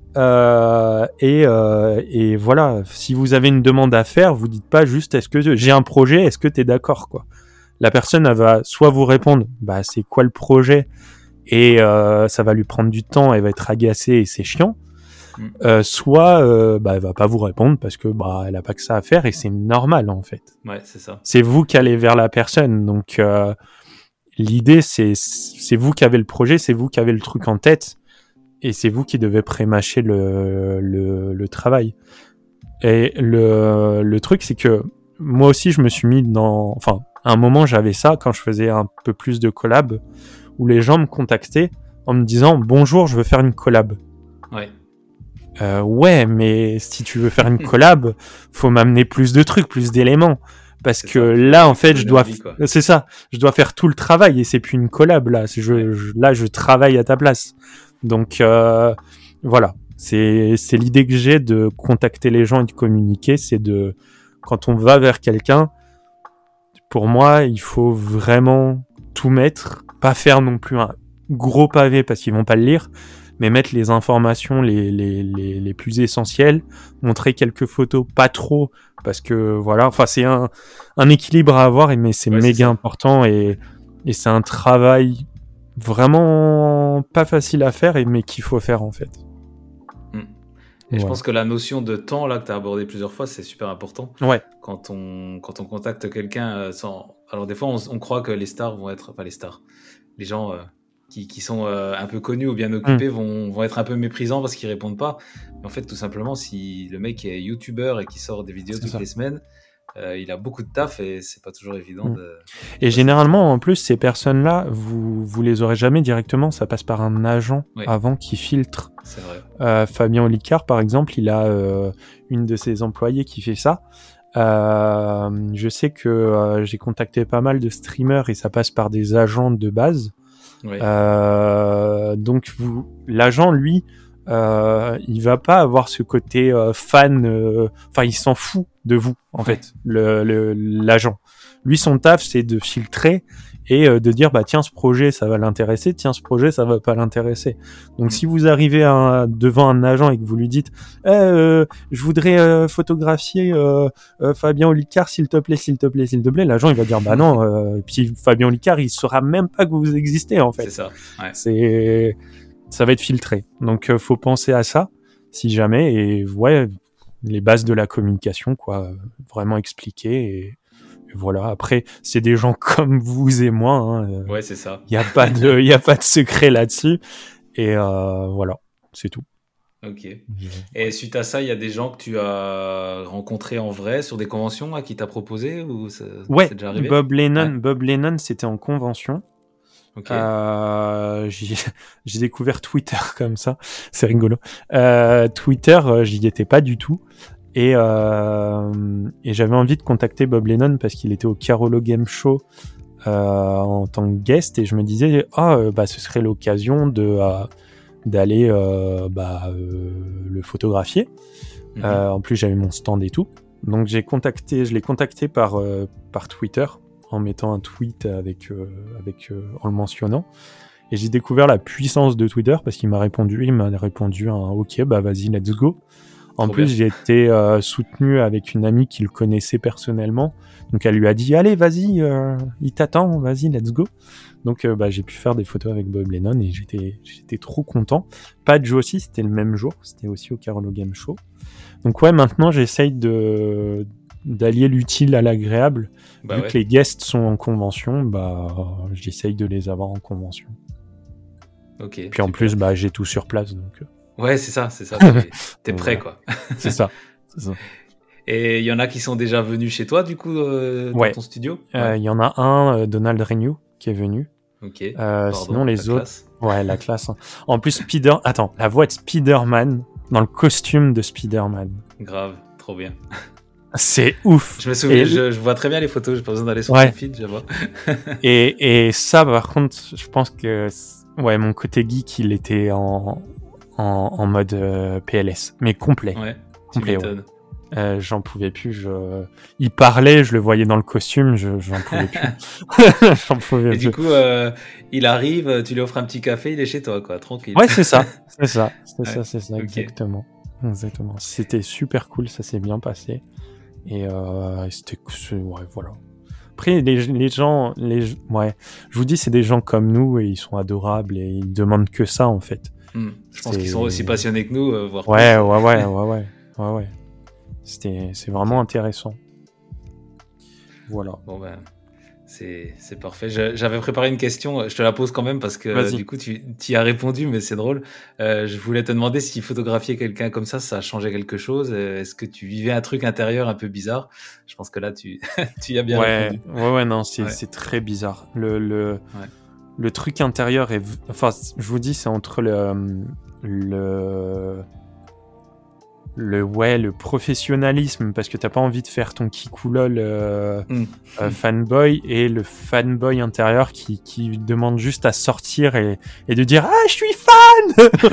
Et voilà, si vous avez une demande à faire, vous dites pas juste est-ce que j'ai un projet, est-ce que tu es d'accord, quoi. La personne, elle va soit vous répondre, bah c'est quoi le projet, et ça va lui prendre du temps, elle va être agacée et c'est chiant. Soit bah elle va pas vous répondre parce que bah elle a pas que ça à faire et c'est normal en fait. Ouais, c'est ça. C'est vous qui allez vers la personne, donc l'idée c'est vous qui avez le projet, c'est vous qui avez le truc en tête et c'est vous qui devez pré-mâcher le travail. Et le truc c'est que moi aussi je me suis mis dans, enfin à un moment j'avais ça quand je faisais un peu plus de collab où les gens me contactaient en me disant bonjour je veux faire une collab. Ouais. Ouais, mais si tu veux faire une collab, faut m'amener plus de trucs, plus d'éléments. Parce que là, en fait, c'est ça, je dois faire tout le travail et c'est plus une collab, là. Là, je travaille à ta place. Donc, voilà. C'est l'idée que j'ai de contacter les gens et de communiquer. C'est quand on va vers quelqu'un, pour moi, il faut vraiment tout mettre. Pas faire non plus un gros pavé parce qu'ils vont pas le lire. Mais mettre les informations les plus essentielles, montrer quelques photos, pas trop, parce que voilà, enfin c'est un équilibre à avoir, mais c'est méga important et c'est un travail vraiment pas facile à faire, mais qu'il faut faire en fait. Et je pense que la notion de temps là que tu as abordé plusieurs fois, c'est super important. Ouais. Quand on contacte quelqu'un alors des fois on croit que les stars vont être, pas les stars, les gens qui sont un peu connus ou bien occupés vont être un peu méprisants parce qu'ils répondent pas. Mais en fait, tout simplement, si le mec est youtubeur et qui sort des vidéos toutes les semaines, il a beaucoup de taf et c'est pas toujours évident de... Et généralement, en plus, ces personnes-là, vous les aurez jamais directement, ça passe par un agent avant qui filtre. C'est vrai. Fabien Olicard, par exemple, il a une de ses employées qui fait ça. Je sais que j'ai contacté pas mal de streamers et ça passe par des agents de base. Oui. Donc l'agent lui il va pas avoir ce côté fan, enfin il s'en fout de vous en fait, l'agent. Lui son taf c'est de filtrer et de dire bah tiens ce projet ça va l'intéresser, tiens ce projet ça va pas l'intéresser. Donc si vous arrivez devant un agent et que vous lui dites je voudrais photographier Fabien Olicard s'il te plaît, l'agent il va dire bah non, et puis Fabien Olicard il saura même pas que vous existez en fait. C'est ça. Ouais. Ça va être filtré. Donc faut penser à ça si jamais, et les bases de la communication quoi, vraiment expliquer et voilà. Après, c'est des gens comme vous et moi. Hein. Ouais, c'est ça. Il y a pas de secret là-dessus. Et voilà, c'est tout. Ok. Et suite à ça, il y a des gens que tu as rencontrés en vrai sur des conventions à qui t'as proposé ou c'est déjà arrivé? Bob Lennon, c'était en convention. Okay. J'ai découvert Twitter comme ça, c'est rigolo. Twitter, j'y étais pas du tout. Et j'avais envie de contacter Bob Lennon parce qu'il était au Carolo Game Show en tant que guest et je me disais ce serait l'occasion d'aller le photographier. En plus j'avais mon stand et tout, donc je l'ai contacté par Twitter en mettant un tweet en le mentionnant et j'ai découvert la puissance de Twitter parce qu'il m'a répondu un OK vas-y let's go. En Trop plus, bien. j'ai été soutenu avec une amie qui le connaissait personnellement. Donc, elle lui a dit, allez, vas-y, il t'attend, vas-y, let's go. Donc, j'ai pu faire des photos avec Bob Lennon et j'étais trop content. Patch aussi, c'était le même jour. C'était aussi au Carolo Game Show. Donc, ouais, maintenant, j'essaye d'allier l'utile à l'agréable. Bah Vu ouais. que les guests sont en convention, j'essaye de les avoir en convention. Ok. Puis en super. plus, j'ai tout sur place, donc Ouais, c'est ça. T'es prêt, Voilà. quoi. c'est ça. C'est ça. Et il y en a qui sont déjà venus chez toi, du coup, dans Ouais. ton studio. Il y en a un, Donald Renew, qui est venu. Ok. Sinon, les la autres, classe. ouais, la classe. Hein. En plus, Attends, la voix de Spider-Man dans le costume de Spider-Man. Grave, trop bien. C'est ouf. Je me souviens, Et- je vois très bien les photos. J'ai pas besoin d'aller sur Ouais. ton feed, je vois. Et ça, par contre, je pense que mon côté geek, il était en mode PLS, mais complet. Ouais. Tu Complet, m'étonnes. J'en pouvais plus. Il parlait, je le voyais dans le costume, j'en pouvais plus. J'en pouvais Et plus. du coup, il arrive, tu lui offres un petit café, il est chez toi, quoi, tranquille. Ouais, c'est ça. C'est ça, ok. exactement. Exactement. C'était super cool, ça s'est bien passé. Et ouais, voilà. Après, les gens, ouais, je vous dis, c'est des gens comme nous et ils sont adorables et ils demandent que ça, en fait. Je pense qu'ils sont aussi passionnés que nous, voire Ouais, plus. ouais. C'est vraiment intéressant. Voilà. Bon ben, c'est parfait. J'avais préparé une question, je te la pose quand même parce que Vas-y. du coup tu y as répondu, mais c'est drôle. Je voulais te demander si photographier quelqu'un comme ça changeait quelque chose. Est-ce que tu vivais un truc intérieur un peu bizarre? Je pense que là tu tu y as bien répondu. Ouais, non, c'est Ouais. c'est très bizarre. Le truc intérieur est, enfin, je vous dis, c'est entre le professionnalisme, parce que t'as pas envie de faire ton kikoulol fanboy, et le fanboy intérieur qui demande juste à sortir et de dire « Ah, je suis fan !»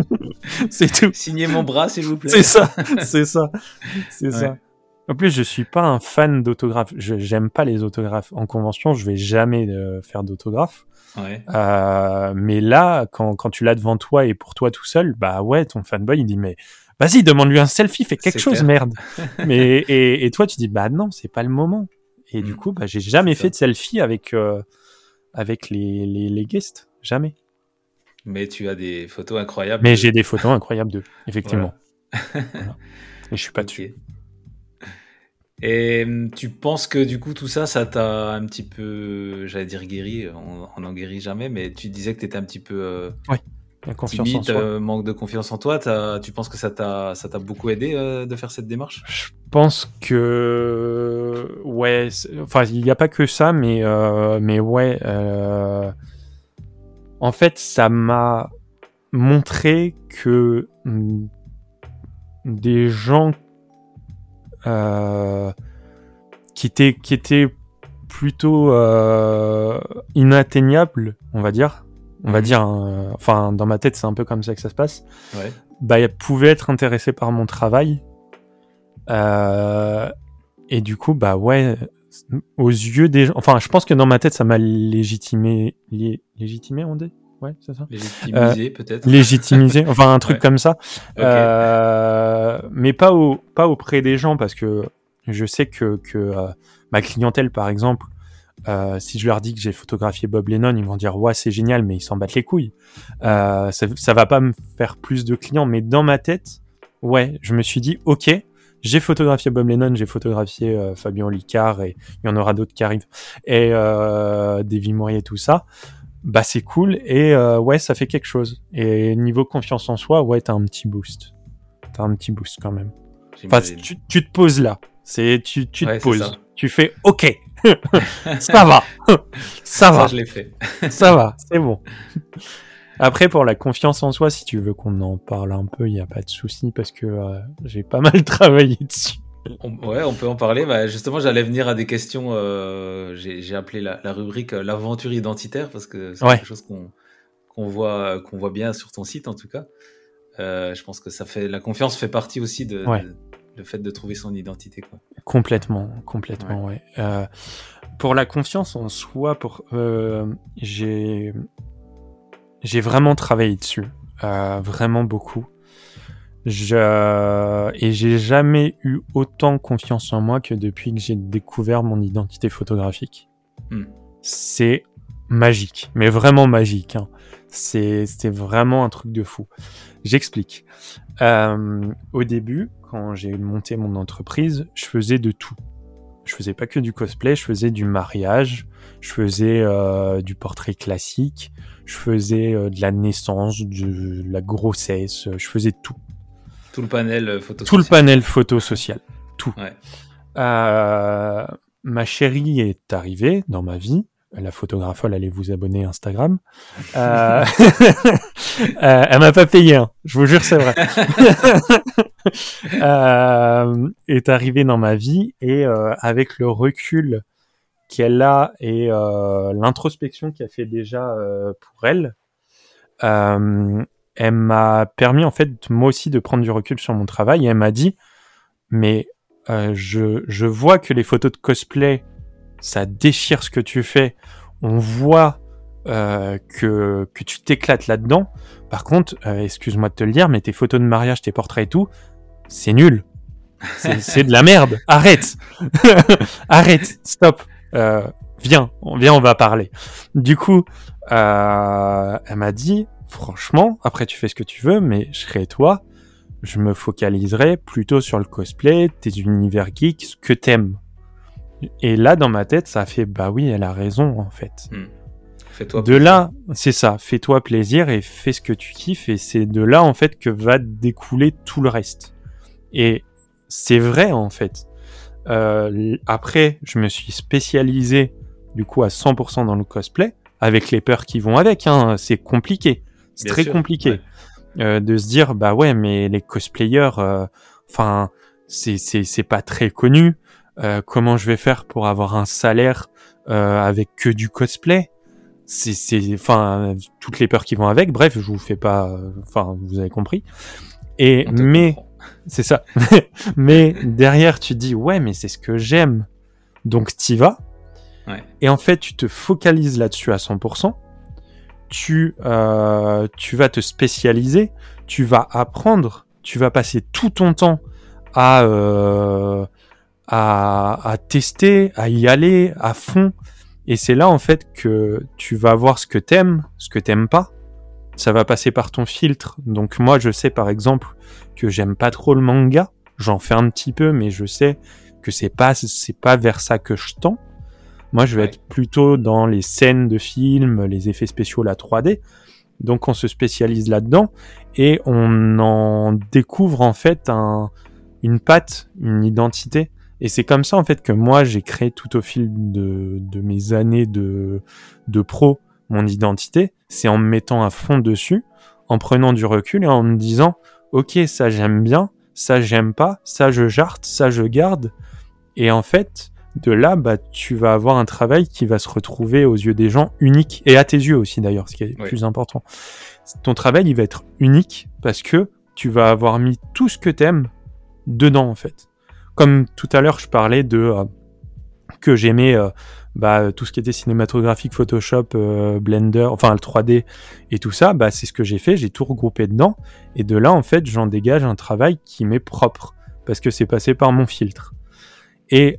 C'est tout. Signez mon bras s'il vous plaît. C'est ça. Ça. Ouais. En plus, je suis pas un fan d'autographes. J'aime pas les autographes. En convention, je vais jamais faire d'autographes. Ouais. Mais là, quand tu l'as devant toi et pour toi tout seul, bah ouais, ton fanboy, il dit « Mais vas-y, demande-lui un selfie, fais quelque C'est chose, clair. merde !» et toi, tu dis « Bah non, c'est pas le moment. » Et du coup, j'ai jamais C'est fait de selfie avec les guests. Jamais. Mais tu as des photos incroyables. Mais j'ai des photos incroyables d'eux, effectivement. Voilà. Et je suis pas Ok. dessus. Et tu penses que du coup tout ça, ça t'a un petit peu, j'allais dire guéri, on n'en guérit jamais, mais tu disais que tu étais un petit peu La confiance en timide, soi. manque de confiance en toi. Tu penses que ça t'a beaucoup aidé de faire cette démarche? Je pense que ouais, enfin il n'y a pas que ça, mais ouais, en fait ça m'a montré que des gens qui étaient plutôt inatteignables, on va dire. Enfin, dans ma tête, c'est un peu comme ça que ça se passe. Ouais. Bah, pouvaient être intéressés par mon travail. Et du coup, bah ouais, aux yeux des gens... Enfin, je pense que dans ma tête, ça m'a légitimé... Légitimé, on dit? Ouais, c'est ça. Légitimisé peut-être. Légitimisé, enfin un truc Ouais. comme ça. Ok. Mais pas auprès des gens, parce que je sais que ma clientèle, par exemple, si je leur dis que j'ai photographié Bob Lennon, ils vont dire ouais, c'est génial, mais ils s'en battent les couilles. Ça va pas me faire plus de clients, mais dans ma tête, ouais, je me suis dit ok, j'ai photographié Bob Lennon, j'ai photographié Fabien Olicard, et il y en aura d'autres qui arrivent, et Davy Mourier, tout ça. Bah c'est cool, et ouais, ça fait quelque chose. Et niveau confiance en soi, ouais, t'as un petit boost. T'as un petit boost quand même. Enfin, J'imagine. tu te poses là. Tu Ouais, te c'est poses. ça. Tu fais OK. Ça va. Ça va. Ça, je l'ai fait. Ça va. C'est bon. Après, pour la confiance en soi, si tu veux qu'on en parle un peu, il n'y a pas de souci, parce que j'ai pas mal travaillé dessus. Ouais, on peut en parler. Bah, justement, j'allais venir à des questions. J'ai appelé la rubrique l'aventure identitaire parce que c'est Ouais. quelque chose qu'on voit bien sur ton site en tout cas. Je pense que la confiance fait partie aussi Ouais. le fait de trouver son identité, quoi. Complètement, ouais. Pour la confiance en soi, j'ai vraiment travaillé dessus, vraiment beaucoup. Et j'ai jamais eu autant confiance en moi que depuis que j'ai découvert mon identité photographique. C'est magique, mais vraiment magique, hein. C'était vraiment un truc de fou. J'explique. Au début, quand j'ai monté mon entreprise, je faisais de tout. Je faisais pas que du cosplay, je faisais du mariage, je faisais du portrait classique, je faisais de la naissance, de la grossesse, je faisais tout. Tout le panel photo Tout social. le panel photo social. Tout. Ouais. Ma chérie est arrivée dans ma vie. La photographe, allez vous abonner à Instagram. Elle m'a pas payé, hein. Je vous jure, c'est vrai. Est arrivée dans ma vie et avec le recul qu'elle a et l'introspection qu'elle fait déjà pour elle, elle m'a permis en fait moi aussi de prendre du recul sur mon travail et elle m'a dit mais je vois que les photos de cosplay ça déchire ce que tu fais, on voit que tu t'éclates là-dedans. Par contre, excuse-moi de te le dire, mais tes photos de mariage, tes portraits et tout, c'est nul. C'est de la merde. Arrête. Arrête. Stop. Viens, on va parler. Du coup, elle m'a dit, franchement, après tu fais ce que tu veux, mais je serai toi, je me focaliserai plutôt sur le cosplay, tes univers geeks, ce que t'aimes. Et là, dans ma tête, ça a fait, bah oui, elle a raison, en fait. Fais-toi de là, c'est ça, fais-toi plaisir et fais ce que tu kiffes, et c'est de là, en fait, que va découler tout le reste. Et c'est vrai, en fait. Après, je me suis spécialisé, du coup, à 100% dans le cosplay, avec les peurs qui vont avec, hein. C'est compliqué. C'est Bien très sûr, compliqué. ouais. De se dire, bah ouais, mais les cosplayers, c'est pas très connu. Comment je vais faire pour avoir un salaire avec que du cosplay? Toutes les peurs qui vont avec. Bref, je vous fais pas, vous avez compris. Et c'est ça. Mais derrière, tu dis ouais, mais c'est ce que j'aime, donc t'y vas. Ouais. Et en fait, tu te focalises là-dessus à 100%. Tu vas te spécialiser, tu vas apprendre, tu vas passer tout ton temps à tester, à y aller à fond. Et c'est là, en fait, que tu vas voir ce que t'aimes pas. Ça va passer par ton filtre. Donc moi, je sais, par exemple, que j'aime pas trop le manga. J'en fais un petit peu, mais je sais que c'est pas vers ça que je tends. Moi, je vais être plutôt dans les scènes de films, les effets spéciaux, la 3D. Donc, on se spécialise là-dedans et on en découvre, en fait, une patte, une identité. Et c'est comme ça, en fait, que moi, j'ai créé tout au fil de mes années de pro mon identité. C'est en me mettant à fond dessus, en prenant du recul et en me disant « Ok, ça, j'aime bien, ça, j'aime pas, ça, je jarte, ça, je garde. » Et en fait, de là, bah, tu vas avoir un travail qui va se retrouver aux yeux des gens unique. Et à tes yeux aussi, d'ailleurs, ce qui est plus important. Ton travail, il va être unique parce que tu vas avoir mis tout ce que t'aimes dedans, en fait. Comme tout à l'heure, je parlais que j'aimais tout ce qui était cinématographique, Photoshop, Blender, enfin le 3D et tout ça, bah, c'est ce que j'ai fait, j'ai tout regroupé dedans. Et de là, en fait, j'en dégage un travail qui m'est propre parce que c'est passé par mon filtre. Et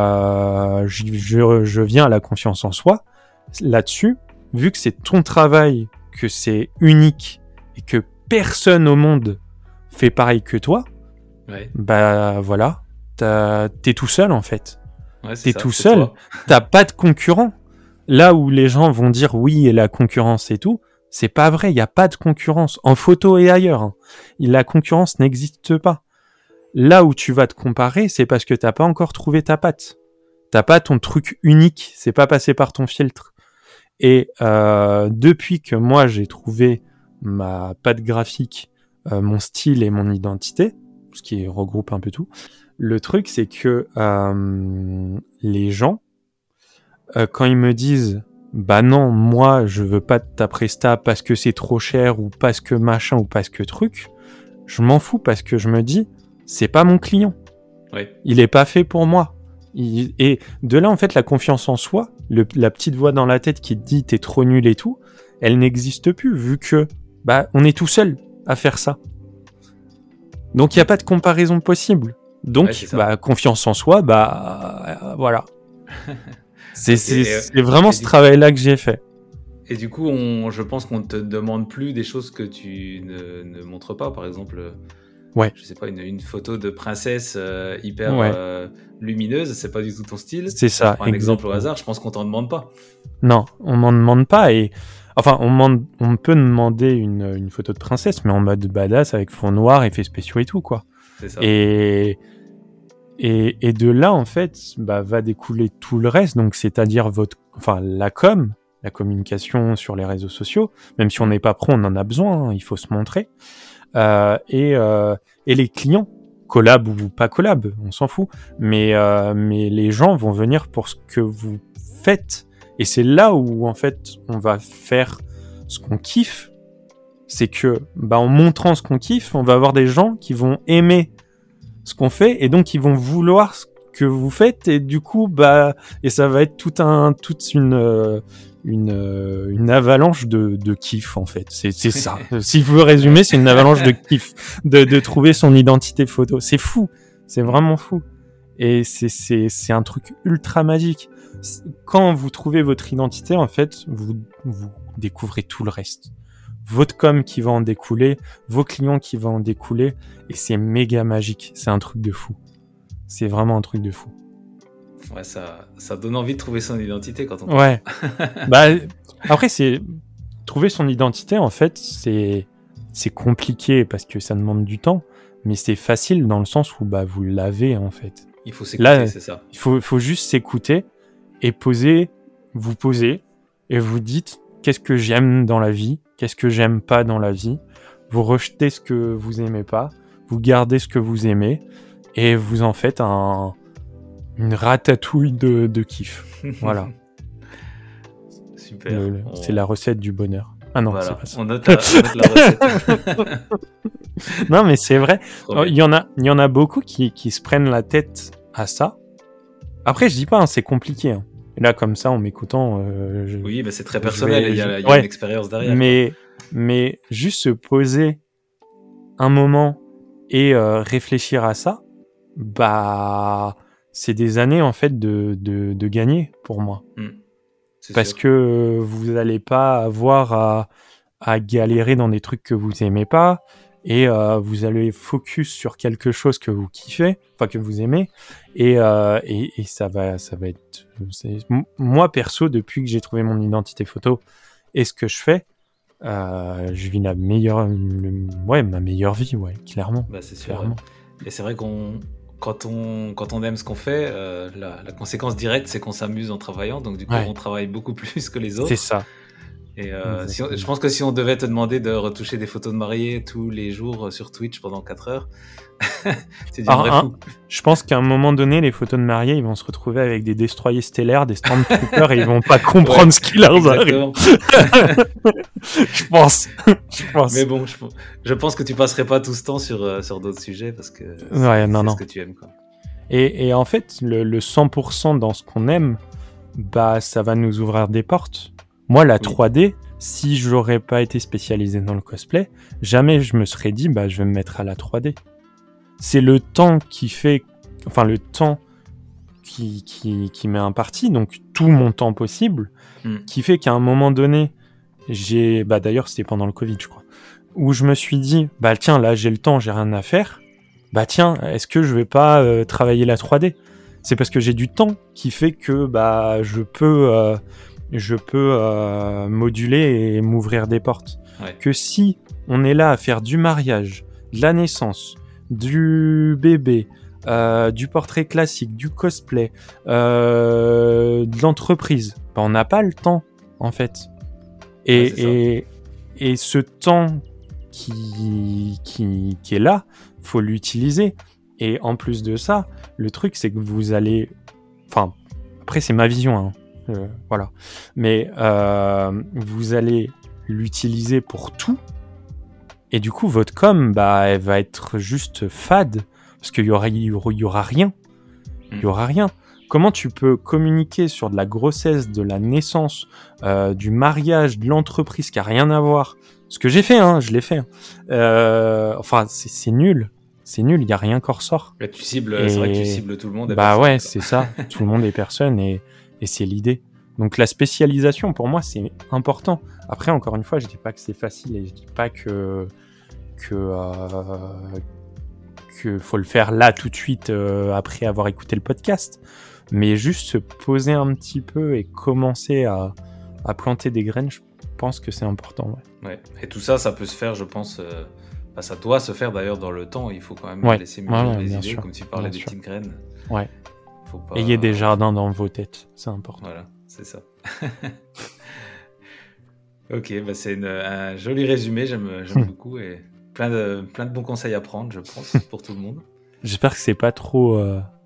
je viens à la confiance en soi là-dessus, vu que c'est ton travail, que c'est unique et que personne au monde fait pareil que toi, bah voilà, t'es tout seul en fait. T'es tout seul, t'as pas de concurrent. Là où les gens vont dire oui et la concurrence et tout, c'est pas vrai, il n'y a pas de concurrence en photo et ailleurs. Hein. La concurrence n'existe pas. Là où tu vas te comparer, c'est parce que t'as pas encore trouvé ta patte. T'as pas ton truc unique, c'est pas passé par ton filtre. Et depuis que moi j'ai trouvé ma patte graphique, mon style et mon identité, ce qui regroupe un peu tout, le truc c'est que les gens, quand ils me disent bah non, moi je veux pas de ta presta parce que c'est trop cher ou parce que machin ou parce que truc, je m'en fous parce que je me dis c'est pas mon client. Il est pas fait pour moi. Et de là, en fait, la confiance en soi, la petite voix dans la tête qui te dit t'es trop nul et tout, elle n'existe plus vu que bah on est tout seul à faire ça. Donc il n'y a pas de comparaison possible. Donc, Ouais, c'est ça. confiance en soi, voilà. C'est Et vraiment ce du coup, travail-là que j'ai fait. et du coup, je pense qu'on te demande plus des choses que tu ne montres pas. Par exemple, Ouais, je sais pas, une photo de princesse hyper ouais, lumineuse, c'est pas du tout ton style. c'est Enfin, je ça, prends un exemple au exactement. hasard, je pense qu'on t'en demande pas. Non, on m'en demande pas et enfin, on peut demander une photo de princesse, mais en mode badass avec fond noir, effets spéciaux et tout quoi. C'est ça. Et et de là en fait, va découler tout le reste. Donc c'est-à-dire la la communication sur les réseaux sociaux. Même si on n'est pas pro, on en a besoin. Hein, il faut se montrer. Et les clients, collab ou pas collab, on s'en fout. Mais les gens vont venir pour ce que vous faites. Et c'est là où en fait on va faire ce qu'on kiffe. C'est que en montrant ce qu'on kiffe, on va avoir des gens qui vont aimer ce qu'on fait et donc ils vont vouloir ce que vous faites et du coup et ça va être toute une avalanche de kiff en fait. C'est ça. Si je veux résumer, c'est une avalanche de kiff de trouver son identité photo. C'est fou. C'est vraiment fou. Et c'est un truc ultra magique. Quand vous trouvez votre identité, en fait, vous découvrez tout le reste. Votre com qui va en découler, vos clients qui vont en découler, et c'est méga magique. C'est un truc de fou. C'est vraiment un truc de fou. Ouais, ça donne envie de trouver son identité quand on Ouais. Après, trouver son identité, en fait, c'est compliqué parce que ça demande du temps, mais c'est facile dans le sens où vous l'avez, en fait. Il faut s'écouter, c'est ça. Il faut juste s'écouter et vous poser et vous dites qu'est-ce que j'aime dans la vie, qu'est-ce que j'aime pas dans la vie. Vous rejetez ce que vous aimez pas, vous gardez ce que vous aimez et vous en faites une ratatouille de kiff. Voilà. Super. C'est la recette du bonheur. Ah non, voilà. c'est pas ça. On note la recette. Non, mais c'est vrai. Il y en a beaucoup qui se prennent la tête à ça. Après, je dis pas, c'est compliqué. Hein. Et là, comme ça, en m'écoutant... oui, c'est très personnel. Il y a une expérience derrière. Mais juste se poser un moment et réfléchir à ça, c'est des années, en fait, de gagner pour moi. Parce que vous n'allez pas avoir à galérer dans des trucs que vous aimez pas et vous allez focus sur quelque chose que vous kiffez, enfin que vous aimez et ça va être moi perso depuis que j'ai trouvé mon identité photo et ce que je fais je vis ma meilleure vie clairement. C'est sûr. Clairement. Et c'est vrai quand on aime ce qu'on fait, la conséquence directe, c'est qu'on s'amuse en travaillant. Donc, du coup, on travaille beaucoup plus que les autres. C'est ça. Et je pense que si on devait te demander de retoucher des photos de mariés tous les jours sur Twitch pendant 4 heures, tu deviendrais fou. Je pense qu'à un moment donné, les photos de mariés, ils vont se retrouver avec des destroyers stellaires, des stormtroopers et ils vont pas comprendre ce qui leur arrive. Je pense. Mais bon, je pense que tu passerais pas tout ce temps sur d'autres sujets parce que c'est ce que tu aimes. Quoi. Et en fait, le 100% dans ce qu'on aime, ça va nous ouvrir des portes. Moi, la 3D, si j'aurais pas été spécialisé dans le cosplay, jamais je me serais dit, je vais me mettre à la 3D. C'est le temps qui m'est imparti, donc tout mon temps possible, qui fait qu'à un moment donné, d'ailleurs c'était pendant le Covid, je crois, où je me suis dit, tiens, là j'ai le temps, j'ai rien à faire, tiens, est-ce que je vais pas travailler la 3D ? C'est parce que j'ai du temps qui fait que je peux moduler et m'ouvrir des portes. Ouais. Que si on est là à faire du mariage, de la naissance, du bébé, du portrait classique, du cosplay, de l'entreprise, on n'a pas le temps, en fait. Et ce temps qui est là, faut l'utiliser. Et en plus de ça, le truc, c'est que vous allez... Enfin, après, c'est ma vision, hein. Voilà. Mais vous allez l'utiliser pour tout. Et du coup, votre com, elle va être juste fade. Parce qu'il y aura rien. Il y aura rien. Comment tu peux communiquer sur de la grossesse, de la naissance, du mariage, de l'entreprise qui a rien à voir ? Ce que j'ai fait, je l'ai fait. Enfin, c'est nul. c'est nul, il y a rien qui ressort. Là, c'est vrai que tu Et- cibles tout le monde. et Bah personne, ouais, quoi. c'est ça. Tout le monde est personne et c'est l'idée. Donc la spécialisation, pour moi, c'est important. Après, encore une fois, je dis pas que c'est facile et je dis pas que faut le faire là tout de suite après avoir écouté le podcast. Mais juste se poser un petit peu et commencer à planter des graines, je pense que c'est important. Ouais. Ouais. Et tout ça, ça peut se faire, je pense. Ça doit se faire d'ailleurs dans le temps. Il faut quand même Ouais. laisser mûrir Ouais, les bien idées, sûr. comme tu parlais Bien des sûr. petites graines. Ouais. Faut pas... Ayez des jardins dans vos têtes, c'est important. Voilà, c'est ça. Ok, c'est un joli résumé, j'aime beaucoup et plein de bons conseils à prendre, je pense, pour tout le monde. J'espère que c'est pas trop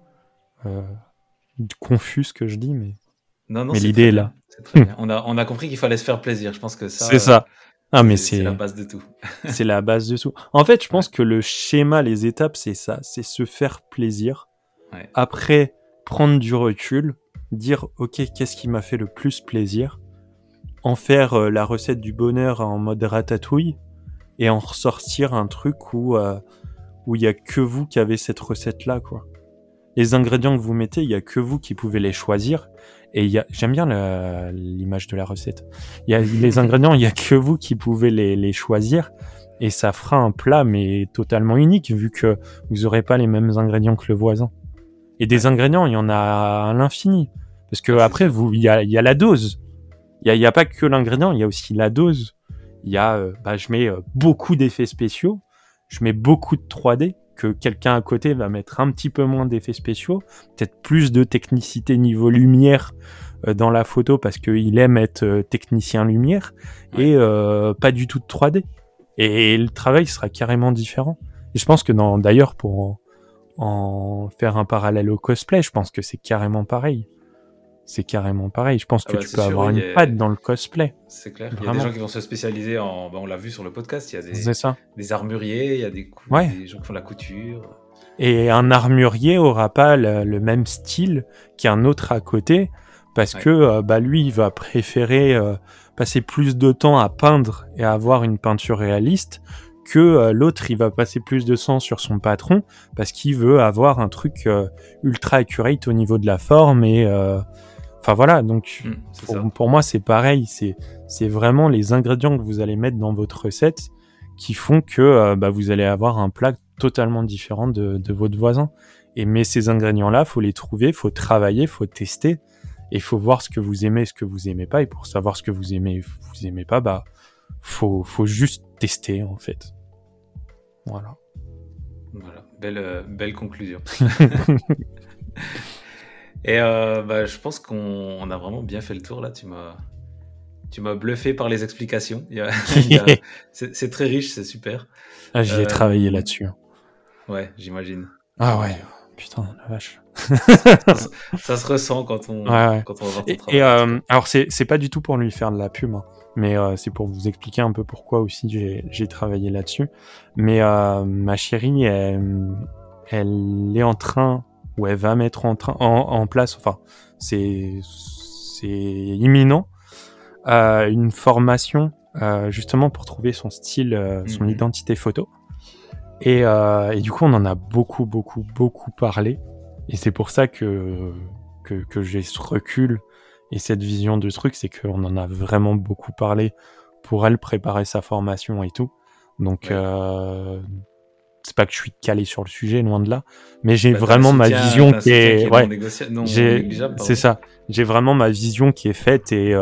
confus ce que je dis, mais Non, Mais c'est l'idée très est bien, là. c'est très bien. On a compris qu'il fallait se faire plaisir. Je pense que ça, c'est ça. Ah, mais c'est c'est la base de tout. c'est la base de tout. En fait, je pense que le schéma, les étapes, c'est ça. C'est se faire plaisir. Ouais. Après, prendre du recul, dire, OK, qu'est-ce qui m'a fait le plus plaisir? En faire la recette du bonheur en mode ratatouille et en ressortir un truc où il y a que vous qui avez cette recette-là, quoi. Les ingrédients que vous mettez, il y a que vous qui pouvez les choisir. Et j'aime bien l'image de la recette. Les ingrédients, il y a que vous qui pouvez les choisir. Et ça fera un plat, mais totalement unique, vu que vous aurez pas les mêmes ingrédients que le voisin. Et des ingrédients, il y en a à l'infini. Parce que Ah, c'est après, sûr. il y a la dose. Il y a pas que l'ingrédient, il y a aussi la dose. Il y a, je mets beaucoup d'effets spéciaux. Je mets beaucoup de 3D. Que quelqu'un à côté va mettre un petit peu moins d'effets spéciaux, peut-être plus de technicité niveau lumière dans la photo parce qu'il aime être technicien lumière et pas du tout de 3D. Et le travail sera carrément différent. Et je pense que d'ailleurs, pour en faire un parallèle au cosplay, je pense que c'est carrément pareil. C'est carrément pareil. Je pense que tu c'est peux sûr, avoir oui, une patte dans le cosplay. C'est clair. Il y a Vraiment. des gens qui vont se spécialiser en. On l'a vu sur le podcast, il y a C'est ça. des armuriers, il y a des gens qui font la couture. Et un armurier aura pas le même style qu'un autre à côté parce que lui il va préférer passer plus de temps à peindre et à avoir une peinture réaliste que l'autre il va passer plus de temps sur son patron parce qu'il veut avoir un truc ultra accurate au niveau de la forme et enfin voilà, donc pour moi c'est pareil, c'est vraiment les ingrédients que vous allez mettre dans votre recette qui font que vous allez avoir un plat totalement différent de votre voisin. Mais ces ingrédients-là, faut les trouver, faut travailler, faut tester, et faut voir ce que vous aimez, ce que vous aimez pas. Et pour savoir ce que vous aimez pas, faut juste tester en fait. Voilà. Voilà, belle conclusion. Et je pense qu'on a vraiment bien fait le tour là. Tu m'as bluffé par les explications. C'est très riche, c'est super. Ah, j'y ai travaillé là-dessus. Ouais, j'imagine. Ah ouais, putain, la vache. Ça se ressent quand on va voir ton travail. Alors, c'est pas du tout pour lui faire de la pub, hein, mais c'est pour vous expliquer un peu pourquoi aussi j'ai travaillé là-dessus. Mais ma chérie, elle est en train, ou elle va mettre en place, enfin, c'est imminent, une formation justement pour trouver son style, son identité photo. Et du coup, on en a beaucoup parlé. Et c'est pour ça que j'ai ce recul et cette vision de truc, c'est qu'on en a vraiment beaucoup parlé pour elle préparer sa formation et tout. Donc, c'est pas que je suis calé sur le sujet, loin de là, mais j'ai vraiment ma vision qui est c'est ça. J'ai vraiment ma vision qui est faite et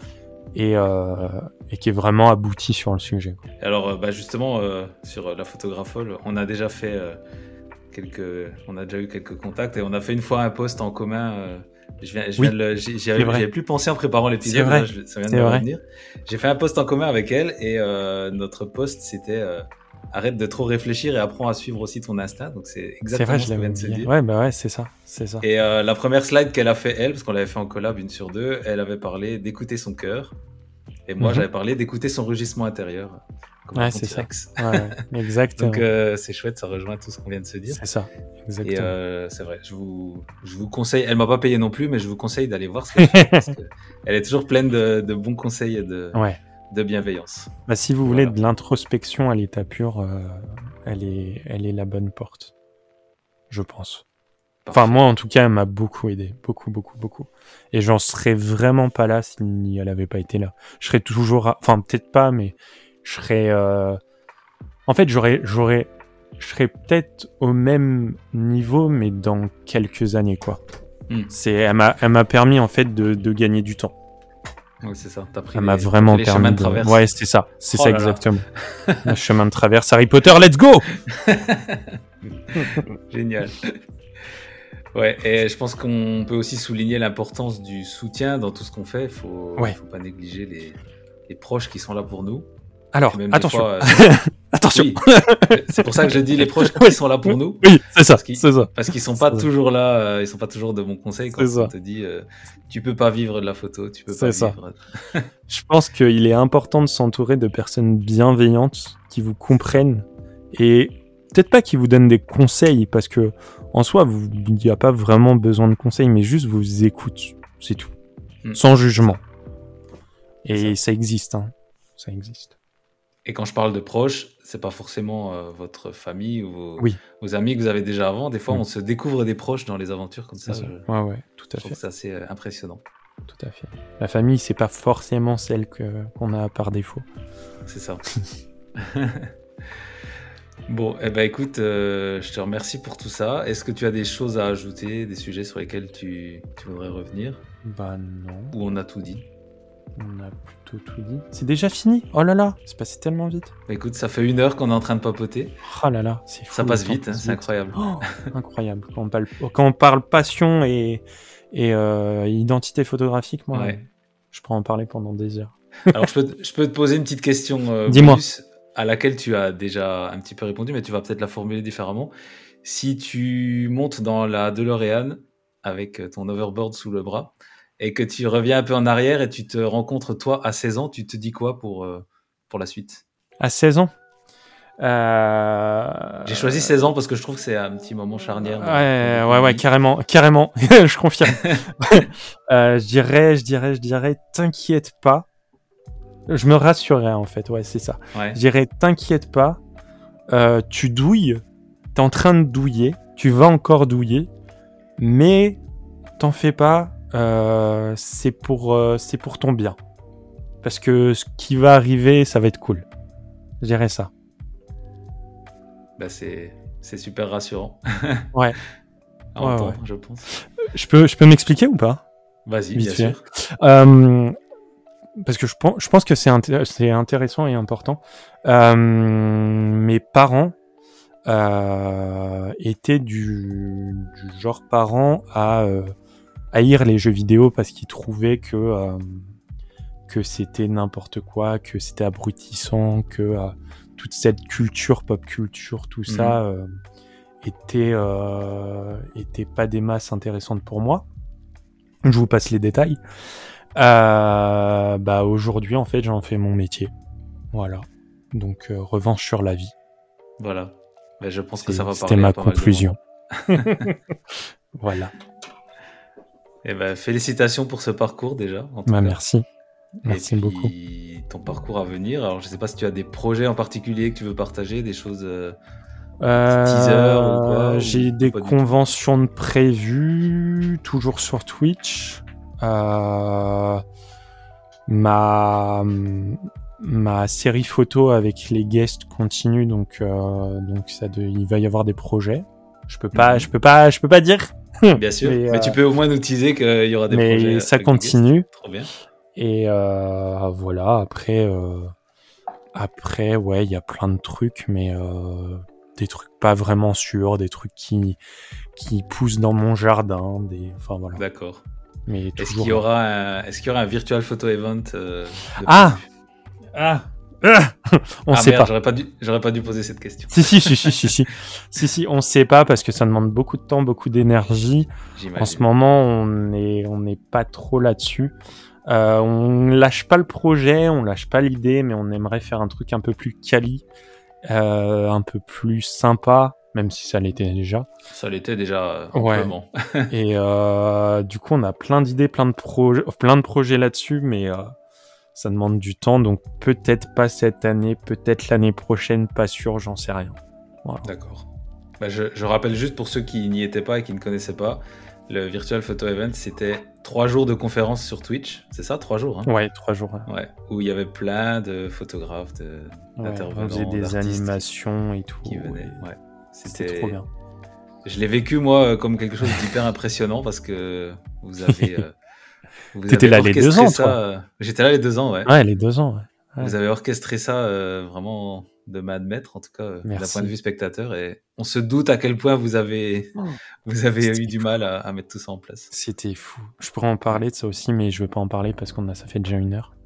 qui est vraiment aboutie sur le sujet. Alors, justement, sur la photographole, on a déjà fait on a déjà eu quelques contacts et on a fait une fois un post en commun. J'avais plus pensé en préparant l'épisode. Là, ça vient de me revenir. J'ai fait un post en commun avec elle et notre post c'était arrête de trop réfléchir et apprends à suivre aussi ton instinct. Donc c'est exactement ce qu'on vient de se dire. Ouais, c'est ça. Et la première slide qu'elle a fait elle, parce qu'on l'avait fait en collab une sur deux, elle avait parlé d'écouter son cœur et moi j'avais parlé d'écouter son rugissement intérieur. Ouais, c'est ça. Ouais, exactement. Donc c'est chouette, ça rejoint tout ce qu'on vient de se dire. C'est ça, exactement. Et c'est vrai, je vous conseille, elle m'a pas payé non plus, mais je vous conseille d'aller voir ce qu'elle fait parce qu'elle est toujours pleine de bons conseils et de bienveillance. Si vous voulez de l'introspection à l'état pur, elle est la bonne porte, je pense. Parfait. Enfin, moi, en tout cas, elle m'a beaucoup aidé. Beaucoup. Et j'en serais vraiment pas là si elle avait pas été là. Je serais toujours... Enfin, peut-être pas, mais je serais... En fait, je serais peut-être au même niveau, mais dans quelques années, quoi. Elle m'a permis, en fait, de gagner du temps. Oui, c'est ça. T'as pris Elle m'a vraiment les permis chemins de traverse. Ouais, c'est ça. C'est Oh ça, là là. exactement. Le chemin de traverse Harry Potter, let's go! Génial. Ouais, et je pense qu'on peut aussi souligner l'importance du soutien dans tout ce qu'on fait. Faut pas négliger les proches qui sont là pour nous. Alors, Même des attention. fois, Attention. oui, c'est pour ça que je dis les proches qui sont là pour nous. Oui, c'est ça. C'est ça. Parce qu'ils sont pas toujours là, ils sont pas toujours de bons conseils quand C'est ça. on te dit tu peux pas vivre de la photo, tu peux C'est pas ça. vivre. Je pense qu'il est important de s'entourer de personnes bienveillantes qui vous comprennent et peut-être pas qui vous donnent des conseils parce que en soi, il n'y a pas vraiment besoin de conseils, mais juste vous écoutent, c'est tout. Sans jugement. Et ça existe, hein. Ça existe. Et quand je parle de proches, c'est pas forcément votre famille ou Oui. vos amis que vous avez déjà avant. Des fois, on se découvre des proches dans les aventures comme ça. Ouais, tout à Je trouve fait. que c'est assez impressionnant. Tout à fait. La famille, c'est pas forcément celle qu'on a par défaut. C'est ça. Bon, eh ben écoute, je te remercie pour tout ça. Est-ce que tu as des choses à ajouter, des sujets sur lesquels tu voudrais revenir? Bah non. Ou on a tout dit? On a plutôt tout dit. C'est déjà fini? Oh là là, c'est passé tellement vite. Bah écoute, ça fait 1 heure qu'on est en train de papoter. Oh là là, c'est fou. Ça passe le temps vite, hein, passe c'est incroyable. Oh, incroyable. Quand on parle passion et identité photographique, moi, je pourrais en parler pendant des heures. Alors, je peux te poser une petite question Dis-moi. bonus à laquelle tu as déjà un petit peu répondu, mais tu vas peut-être la formuler différemment. Si tu montes dans la DeLorean avec ton overboard sous le bras et que tu reviens un peu en arrière et tu te rencontres toi à 16 ans, tu te dis quoi pour la suite? À 16 ans J'ai choisi 16 ans parce que je trouve que c'est un petit moment charnière. Ouais, carrément. Je confirme. Je dirais, t'inquiète pas. Je me rassurerais en fait, ouais, c'est ça. Ouais. Je dirais, t'inquiète pas, tu douilles, t'es en train de douiller, tu vas encore douiller, mais t'en fais pas, c'est pour ton bien. Parce que ce qui va arriver, ça va être cool. Je dirais ça. Bah c'est super rassurant. Ouais. À entendre, je pense. Je peux m'expliquer ou pas? Vas-y, Vite bien fait. sûr. Parce que je pense que c'est intéressant et important. Mes parents étaient du genre parents à haïr les jeux vidéo parce qu'ils trouvaient que c'était n'importe quoi, que c'était abrutissant, que toute cette culture, pop culture, tout ça était pas des masses intéressantes pour moi. Je vous passe les détails. Bah aujourd'hui en fait j'en fais mon métier, voilà, donc revanche sur la vie. Voilà, bah, je pense que ça va parler. C'était ma conclusion. Voilà. Et ben félicitations pour ce parcours déjà. Merci Et puis, beaucoup. ton parcours à venir. Alors je sais pas si tu as des projets en particulier que tu veux partager, des choses. Teaser ou quoi, j'ai des conventions de prévues, toujours sur Twitch. Ma série photo avec les guests continue, donc il va y avoir des projets. Je peux pas dire. Bien sûr, mais tu peux au moins nous teaser qu'il y aura des projets. Mais ça continue. Trop bien. Et voilà, après ouais, il y a plein de trucs, mais des trucs pas vraiment sûrs, des trucs qui poussent dans mon jardin, enfin voilà. D'accord. Mais est-ce qu'il y aura un virtual photo event on sait pas. J'aurais pas dû poser cette question. Si, on sait pas parce que ça demande beaucoup de temps, beaucoup d'énergie. J'imagine. En ce moment, on n'est pas trop là-dessus. On lâche pas le projet, on lâche pas l'idée, mais on aimerait faire un truc un peu plus quali, un peu plus sympa, même si ça l'était déjà. Ça l'était déjà, amplement. Et du coup, on a plein d'idées, plein de projets là-dessus, mais ça demande du temps, donc peut-être pas cette année, peut-être l'année prochaine, pas sûr, j'en sais rien. Voilà. D'accord. Je rappelle juste pour ceux qui n'y étaient pas et qui ne connaissaient pas, le Virtual Photo Event, c'était 3 jours de conférences sur Twitch. C'est ça, 3 jours, hein? Ouais, 3 jours. Ouais, où il y avait plein de photographes, d'intervenants, On faisait des d'artistes animations et tout. qui venaient. et Ouais. C'était trop bien. Je l'ai vécu, moi, comme quelque chose d'hyper impressionnant parce que vous avez... T'étais là les 2 orchestré ans, ça, toi. J'étais là les 2 ans, ouais. Ouais, les 2 ans. Ouais. Vous avez orchestré ça vraiment de main de maître, en tout cas, d'un Merci. point de vue spectateur. Et on se doute à quel point vous avez eu du mal à mettre tout ça en place. C'était fou. Je pourrais en parler de ça aussi, mais je veux pas en parler parce ça fait déjà 1 heure.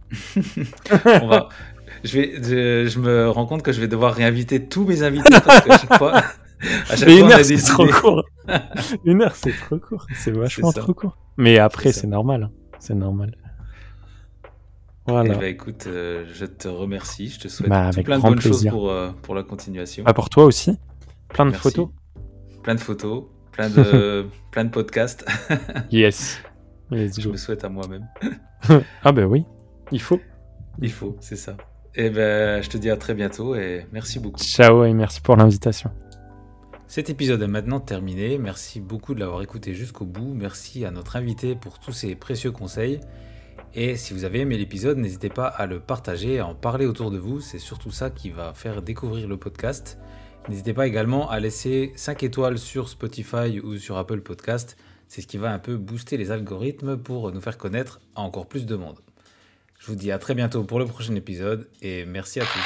Je me rends compte que je vais devoir réinviter tous mes invités parce qu'à chaque fois... Mais 1 heure, c'est trop court. 1 heure, c'est trop court. C'est vachement trop court. Mais après, c'est normal. C'est normal. Voilà. Eh ben, écoute, je te remercie. Je te souhaite avec plein de grand bonnes plaisir. choses pour la continuation. Pour toi aussi. Plein de Merci. photos. Plein de photos, plein de podcasts. Yes. Je me souhaite à moi-même. Ah ben oui, il faut, c'est ça. Et ben, je te dis à très bientôt et merci beaucoup. Ciao et merci pour l'invitation. Cet épisode est maintenant terminé. Merci beaucoup de l'avoir écouté jusqu'au bout. Merci à notre invité pour tous ses précieux conseils. Et si vous avez aimé l'épisode, n'hésitez pas à le partager, à en parler autour de vous. C'est surtout ça qui va faire découvrir le podcast. N'hésitez pas également à laisser 5 étoiles sur Spotify ou sur Apple Podcast. C'est ce qui va un peu booster les algorithmes pour nous faire connaître à encore plus de monde. Je vous dis à très bientôt pour le prochain épisode et merci à tous.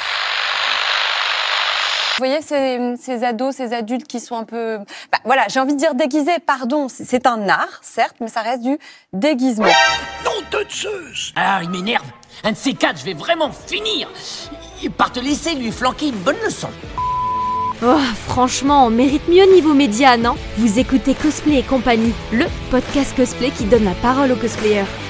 Vous voyez ces ados, ces adultes qui sont un peu... voilà, j'ai envie de dire déguisés, pardon. C'est un art, certes, mais ça reste du déguisement. Nom de Zeus! Ah, il m'énerve. Un de ces 4, je vais vraiment finir par te laisser lui flanquer une bonne leçon. Oh, franchement, on mérite mieux niveau média, non? Vous écoutez Cosplay et compagnie, le podcast cosplay qui donne la parole aux cosplayers.